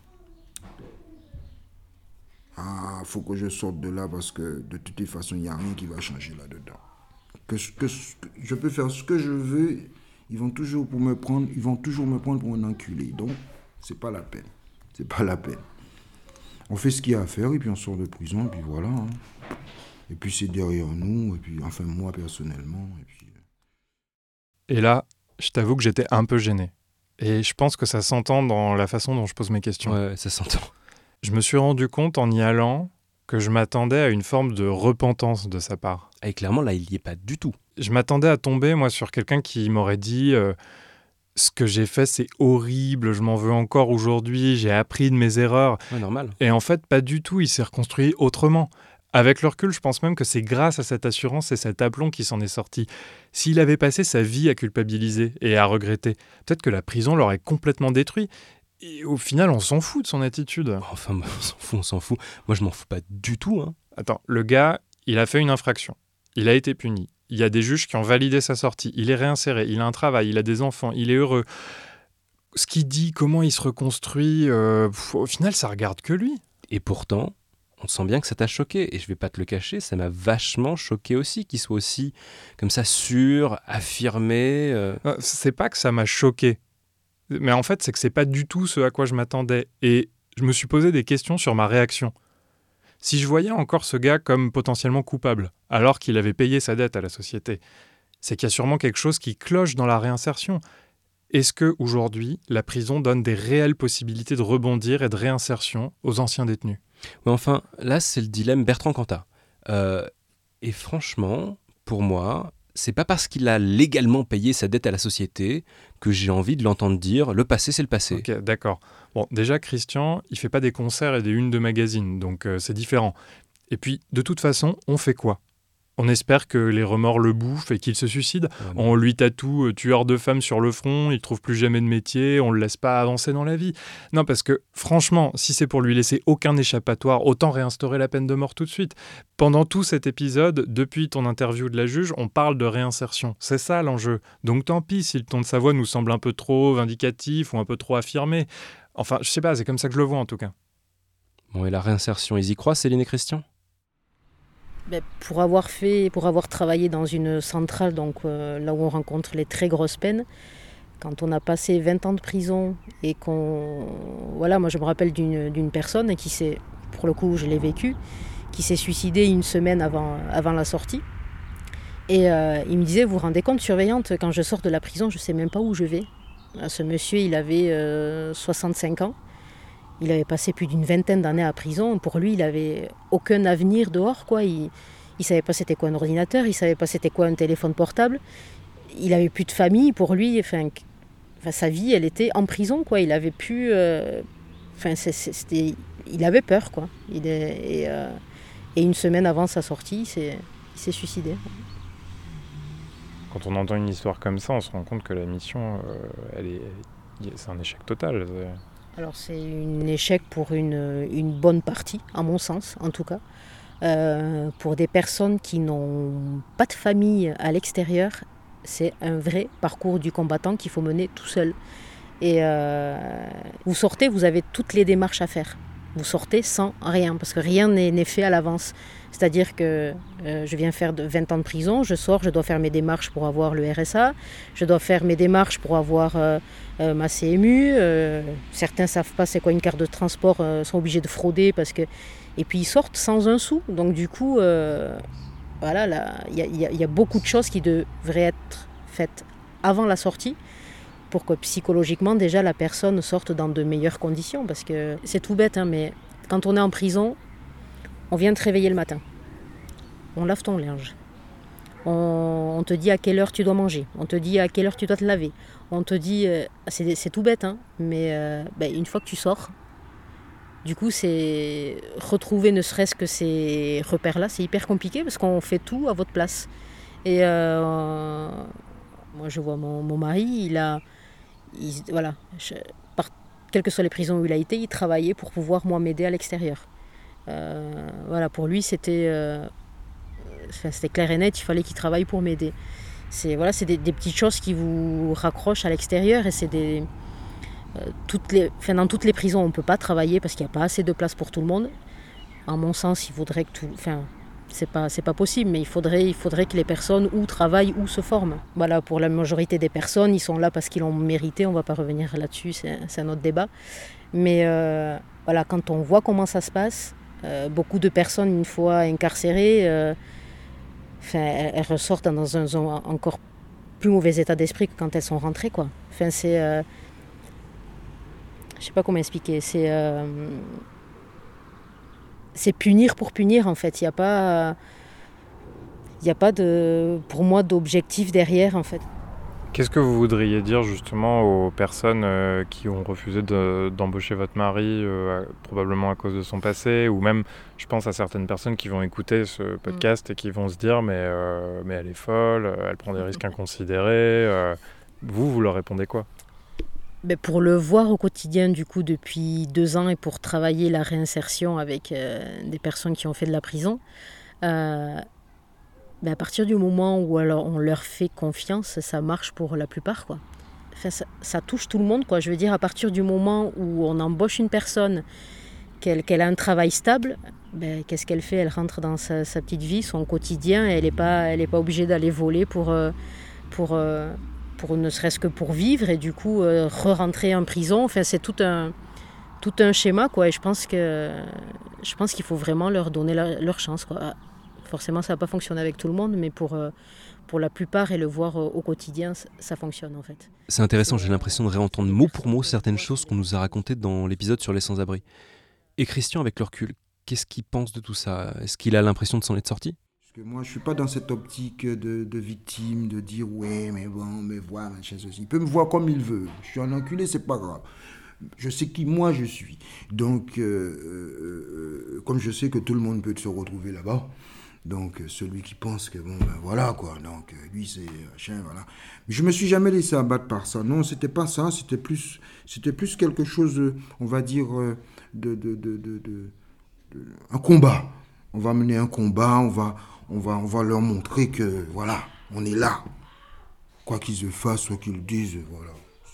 « Ah, il faut que je sorte de là parce que de toute façon, il n'y a rien qui va changer là-dedans. Que, que, que je peux faire ce que je veux, ils vont toujours pour me prendre, ils vont toujours me prendre pour un enculé. Donc, c'est pas la peine. C'est pas la peine. On fait ce qu'il y a à faire et puis on sort de prison et puis voilà. Hein. Et puis c'est derrière nous, et puis enfin moi personnellement. Et puis...
Et là, je t'avoue que j'étais un peu gêné. Et je pense que ça s'entend dans la façon dont je pose mes questions.
Ouais, ça s'entend.
Je me suis rendu compte en y allant que je m'attendais à une forme de repentance de sa part.
Et clairement, là, il n'y est pas du tout.
Je m'attendais à tomber, moi, sur quelqu'un qui m'aurait dit euh, « Ce que j'ai fait, c'est horrible, je m'en veux encore aujourd'hui, j'ai appris de mes erreurs.
Ouais, » normal.
Et en fait, pas du tout, il s'est reconstruit autrement. Avec le recul, je pense même que c'est grâce à cette assurance et cet aplomb qu'il s'en est sorti. S'il avait passé sa vie à culpabiliser et à regretter, peut-être que la prison l'aurait complètement détruit. Et au final, on s'en fout de son attitude.
Enfin, on s'en fout, on s'en fout. Moi, je m'en fous pas du tout. Hein.
Attends, le gars, il a fait une infraction. Il a été puni. Il y a des juges qui ont validé sa sortie. Il est réinséré. Il a un travail. Il a des enfants. Il est heureux. Ce qu'il dit, comment il se reconstruit, euh, pff, au final, ça regarde que lui.
Et pourtant, on sent bien que ça t'a choqué. Et je vais pas te le cacher, ça m'a vachement choqué aussi qu'il soit aussi comme ça sûr, affirmé. Euh...
C'est pas que ça m'a choqué. Mais en fait, c'est que c'est pas du tout ce à quoi je m'attendais. Et je me suis posé des questions sur ma réaction. Si je voyais encore ce gars comme potentiellement coupable, alors qu'il avait payé sa dette à la société, c'est qu'il y a sûrement quelque chose qui cloche dans la réinsertion. Est-ce qu'aujourd'hui, la prison donne des réelles possibilités de rebondir et de réinsertion aux anciens détenus ?
Mais enfin, là, c'est le dilemme Bertrand Cantat. Euh, et franchement, pour moi, c'est pas parce qu'il a légalement payé sa dette à la société que j'ai envie de l'entendre dire « le passé, c'est le passé ».
Ok, d'accord. Bon, déjà, Christian, il fait pas des concerts et des unes de magazines, donc euh, c'est différent. Et puis, de toute façon, on fait quoi ? On espère que les remords le bouffent et qu'il se suicide. Ouais, on lui tatoue euh, tueur de femmes sur le front, il trouve plus jamais de métier, on le laisse pas avancer dans la vie. Non, parce que franchement, si c'est pour lui laisser aucun échappatoire, autant réinstaurer la peine de mort tout de suite. Pendant tout cet épisode, depuis ton interview de la juge, on parle de réinsertion. C'est ça l'enjeu. Donc tant pis si le ton de sa voix nous semble un peu trop vindicatif ou un peu trop affirmé. Enfin, je sais pas, c'est comme ça que je le vois en tout cas.
Bon, et la réinsertion, ils y croient, Céline et Christian ?
Ben, pour avoir fait, pour avoir travaillé dans une centrale, donc euh, là où on rencontre les très grosses peines, quand on a passé vingt ans de prison et qu'on, voilà, moi je me rappelle d'une, d'une personne qui s'est, pour le coup je l'ai vécu, qui s'est suicidée une semaine avant, avant la sortie. Et euh, il me disait, vous vous rendez compte, surveillante, quand je sors de la prison, je sais même pas où je vais. Ce monsieur, il avait euh, soixante-cinq ans. Il avait passé plus d'une vingtaine d'années à prison. Pour lui, il n'avait aucun avenir dehors, quoi. Il ne savait pas c'était quoi un ordinateur, il ne savait pas c'était quoi un téléphone portable. Il n'avait plus de famille. Pour lui, enfin, enfin, sa vie, elle était en prison, quoi. Il avait plus... Euh, enfin, c'est, c'était, il avait peur, quoi. Il est, et, euh, et une semaine avant sa sortie, il s'est, il s'est suicidé.
Quand on entend une histoire comme ça, on se rend compte que la mission, euh, elle est, c'est un échec total.
Alors c'est un échec pour une, une bonne partie, à mon sens en tout cas. Euh, pour des personnes qui n'ont pas de famille à l'extérieur, c'est un vrai parcours du combattant qu'il faut mener tout seul. Et euh, vous sortez, vous avez toutes les démarches à faire. Vous sortez sans rien, parce que rien n'est, n'est fait à l'avance. C'est-à-dire que euh, je viens faire de vingt ans de prison, je sors, je dois faire mes démarches pour avoir le R S A, je dois faire mes démarches pour avoir euh, euh, ma C M U. Euh, certains ne savent pas c'est quoi une carte de transport, euh, sont obligés de frauder, parce que... et puis ils sortent sans un sou. Donc du coup, euh, voilà, il y, y, y a beaucoup de choses qui devraient être faites avant la sortie, pour que psychologiquement déjà la personne sorte dans de meilleures conditions. Parce que c'est tout bête, hein, mais quand on est en prison, on vient te réveiller le matin, on lave ton linge, on, on te dit à quelle heure tu dois manger, on te dit à quelle heure tu dois te laver, on te dit, euh, c'est, c'est tout bête, hein, mais euh, ben, une fois que tu sors, du coup c'est retrouver ne serait-ce que ces repères-là, c'est hyper compliqué parce qu'on fait tout à votre place. Et euh, moi je vois mon, mon mari, il a, il, voilà, je, par, quelles que soient les prisons où il a été, il travaillait pour pouvoir moi m'aider à l'extérieur. Euh, voilà, pour lui c'était, euh, c'était clair et net, il fallait qu'il travaille pour m'aider. C'est, voilà, c'est des, des petites choses qui vous raccrochent à l'extérieur et c'est des, euh, toutes les, enfin, dans toutes les prisons on ne peut pas travailler parce qu'il n'y a pas assez de place pour tout le monde. À mon sens, il faudrait que tout, enfin, c'est pas, c'est pas possible, mais il faudrait, il faudrait que les personnes ou travaillent ou se forment. Voilà, pour la majorité des personnes, ils sont là parce qu'ils l'ont mérité, on ne va pas revenir là-dessus, c'est, c'est un autre débat. Mais euh, voilà, quand on voit comment ça se passe, Euh, beaucoup de personnes, une fois incarcérées, euh, elles, elles ressortent dans un zone encore plus mauvais état d'esprit que quand elles sont rentrées, quoi. Enfin, c'est... Euh... Je sais pas comment expliquer. C'est... Euh... C'est punir pour punir, en fait. Il n'y a pas... Il n'y a pas, de, pour moi, d'objectif derrière, en fait.
Qu'est-ce que vous voudriez dire justement aux personnes euh, qui ont refusé de, d'embaucher votre mari, euh, probablement à cause de son passé, ou même, je pense à certaines personnes qui vont écouter ce podcast mmh. et qui vont se dire mais, euh, mais elle est folle, elle prend des risques inconsidérés. Euh, vous, vous leur répondez quoi ?
Ben pour le voir au quotidien du coup depuis deux ans et pour travailler la réinsertion avec euh, des personnes qui ont fait de la prison, euh, ben à partir du moment où alors on leur fait confiance, ça marche pour la plupart, quoi. Enfin, ça, ça touche tout le monde, quoi. Je veux dire, à partir du moment où on embauche une personne, qu'elle, qu'elle a un travail stable, ben, qu'est-ce qu'elle fait ? Elle rentre dans sa, sa petite vie, son quotidien, et elle n'est pas, elle est pas obligée d'aller voler pour, euh, pour, euh, pour ne serait-ce que pour vivre, et du coup euh, re-rentrer en prison. Enfin, c'est tout un, tout un schéma, quoi. Et je pense, que, je pense qu'il faut vraiment leur donner la, leur chance, quoi. Forcément, ça va pas fonctionner avec tout le monde, mais pour, euh, pour la plupart et le voir euh, au quotidien, ça, ça fonctionne en fait.
C'est intéressant, j'ai l'impression de réentendre mot pour mot certaines choses qu'on nous a racontées dans l'épisode sur les sans-abri. Et Christian, avec le recul, qu'est-ce qu'il pense de tout ça ? Est-ce qu'il a l'impression de s'en être sorti ?
Parce que moi, je suis pas dans cette optique de, de victime, de dire ouais, mais bon, me voir, machin, ceci. Il peut me voir comme il veut. Je suis un enculé, c'est pas grave. Je sais qui moi je suis. Donc, euh, euh, comme je sais que tout le monde peut se retrouver là-bas. Donc, celui qui pense que, bon, ben voilà, quoi. Donc, lui, c'est machin, voilà. Mais je me suis jamais laissé abattre par ça. Non, c'était pas ça. C'était plus, c'était plus quelque chose, on va dire, de, de, de, de, de, de un combat. On va mener un combat, on va, on va, on va leur montrer que, voilà, on est là. Quoi qu'ils se fassent, soit qu'ils disent, voilà.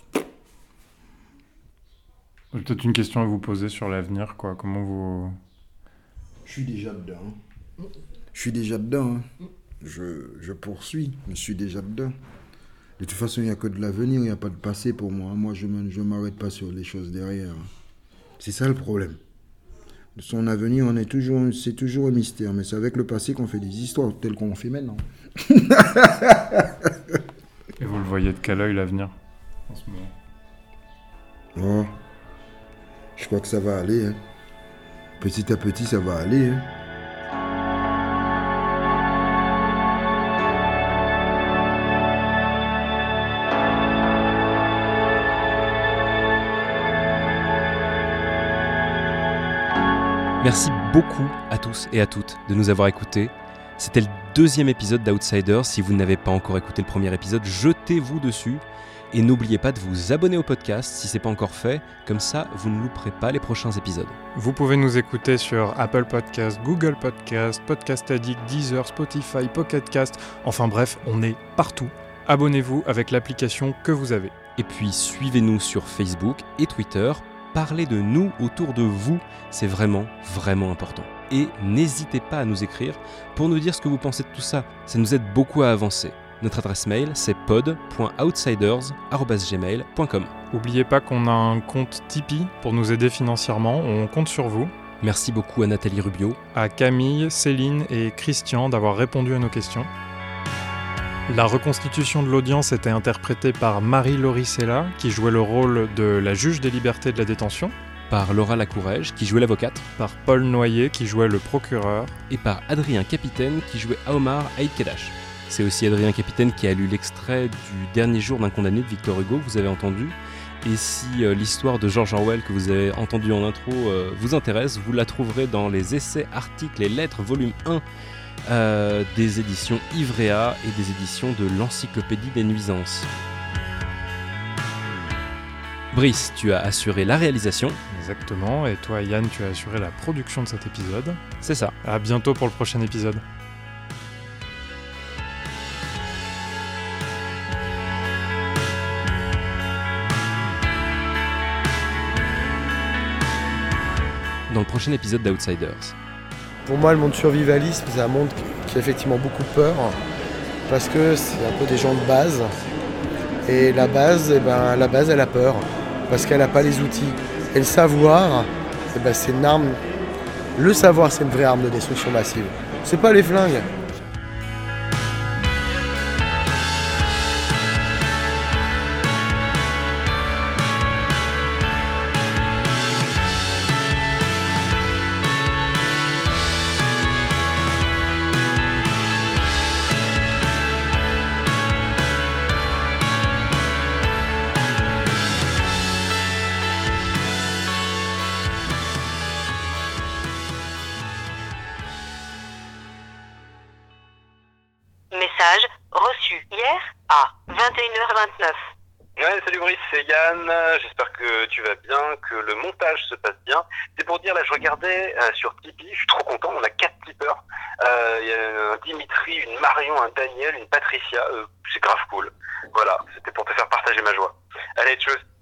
J'ai peut-être une question à vous poser sur l'avenir, quoi. Comment vous...
Je suis déjà dedans. Je suis déjà dedans, hein. je, je poursuis, je suis déjà dedans. De toute façon, il n'y a que de l'avenir, il n'y a pas de passé pour moi. Moi, je ne m'arrête pas sur les choses derrière. C'est ça le problème. De son avenir, on est toujours, c'est toujours un mystère, mais c'est avec le passé qu'on fait des histoires, telles qu'on fait maintenant.
Et vous le voyez de quel œil l'avenir, en ce moment ?
Oh, je crois que ça va aller. Hein. Petit à petit, ça va aller. Hein.
Merci beaucoup à tous et à toutes de nous avoir écoutés. C'était le deuxième épisode d'Outsiders. Si vous n'avez pas encore écouté le premier épisode, jetez-vous dessus. Et n'oubliez pas de vous abonner au podcast si ce n'est pas encore fait. Comme ça, vous ne louperez pas les prochains épisodes.
Vous pouvez nous écouter sur Apple Podcast, Google Podcast, Podcast Addict, Deezer, Spotify, Pocket Cast. Enfin bref, on est partout. Abonnez-vous avec l'application que vous avez.
Et puis suivez-nous sur Facebook et Twitter. Parlez de nous autour de vous, c'est vraiment, vraiment important. Et n'hésitez pas à nous écrire pour nous dire ce que vous pensez de tout ça. Ça nous aide beaucoup à avancer. Notre adresse mail, c'est pod point outsiders arobase gmail point com.
N'oubliez pas qu'on a un compte Tipeee pour nous aider financièrement. On compte sur vous.
Merci beaucoup à Nathalie Rubio,
à Camille, Céline et Christian d'avoir répondu à nos questions. La reconstitution de l'audience était interprétée par Marie Lauricella, qui jouait le rôle de la juge des libertés de la détention,
par Laura Lacourège, qui jouait l'avocate,
par Paul Noyer, qui jouait le procureur,
et par Adrien Capitaine, qui jouait Aomar Aïd Kedash. C'est aussi Adrien Capitaine qui a lu l'extrait du dernier jour d'un condamné de Victor Hugo, que vous avez entendu. Et si euh, l'histoire de George Orwell que vous avez entendue en intro euh, vous intéresse, vous la trouverez dans les essais, articles et lettres, volume un, Euh, des éditions Ivrea et des éditions de l'Encyclopédie des Nuisances. Brice, tu as assuré la réalisation.
Exactement, et toi Yann, tu as assuré la production de cet épisode.
C'est ça.
À bientôt pour le prochain épisode.
Dans le prochain épisode d'Outsiders.
Pour moi, le monde survivaliste, c'est un monde qui a effectivement beaucoup peur, parce que c'est un peu des gens de base. Et la base, eh ben, la base, elle a peur, parce qu'elle n'a pas les outils. Et le savoir, eh ben, c'est une arme. Le savoir, c'est une vraie arme de destruction massive. C'est pas les flingues.
reçu hier à vingt et une heures vingt-neuf.
Ouais, salut Brice, c'est Yann. J'espère que tu vas bien, que le montage se passe bien. C'est pour dire, là, je regardais euh, sur Tipeee, je suis trop content, on a quatre tipeurs. Euh, Il y a un Dimitri, une Marion, un Daniel, une Patricia. Euh, c'est grave cool. Voilà, c'était pour te faire partager ma joie. Allez, tchuss.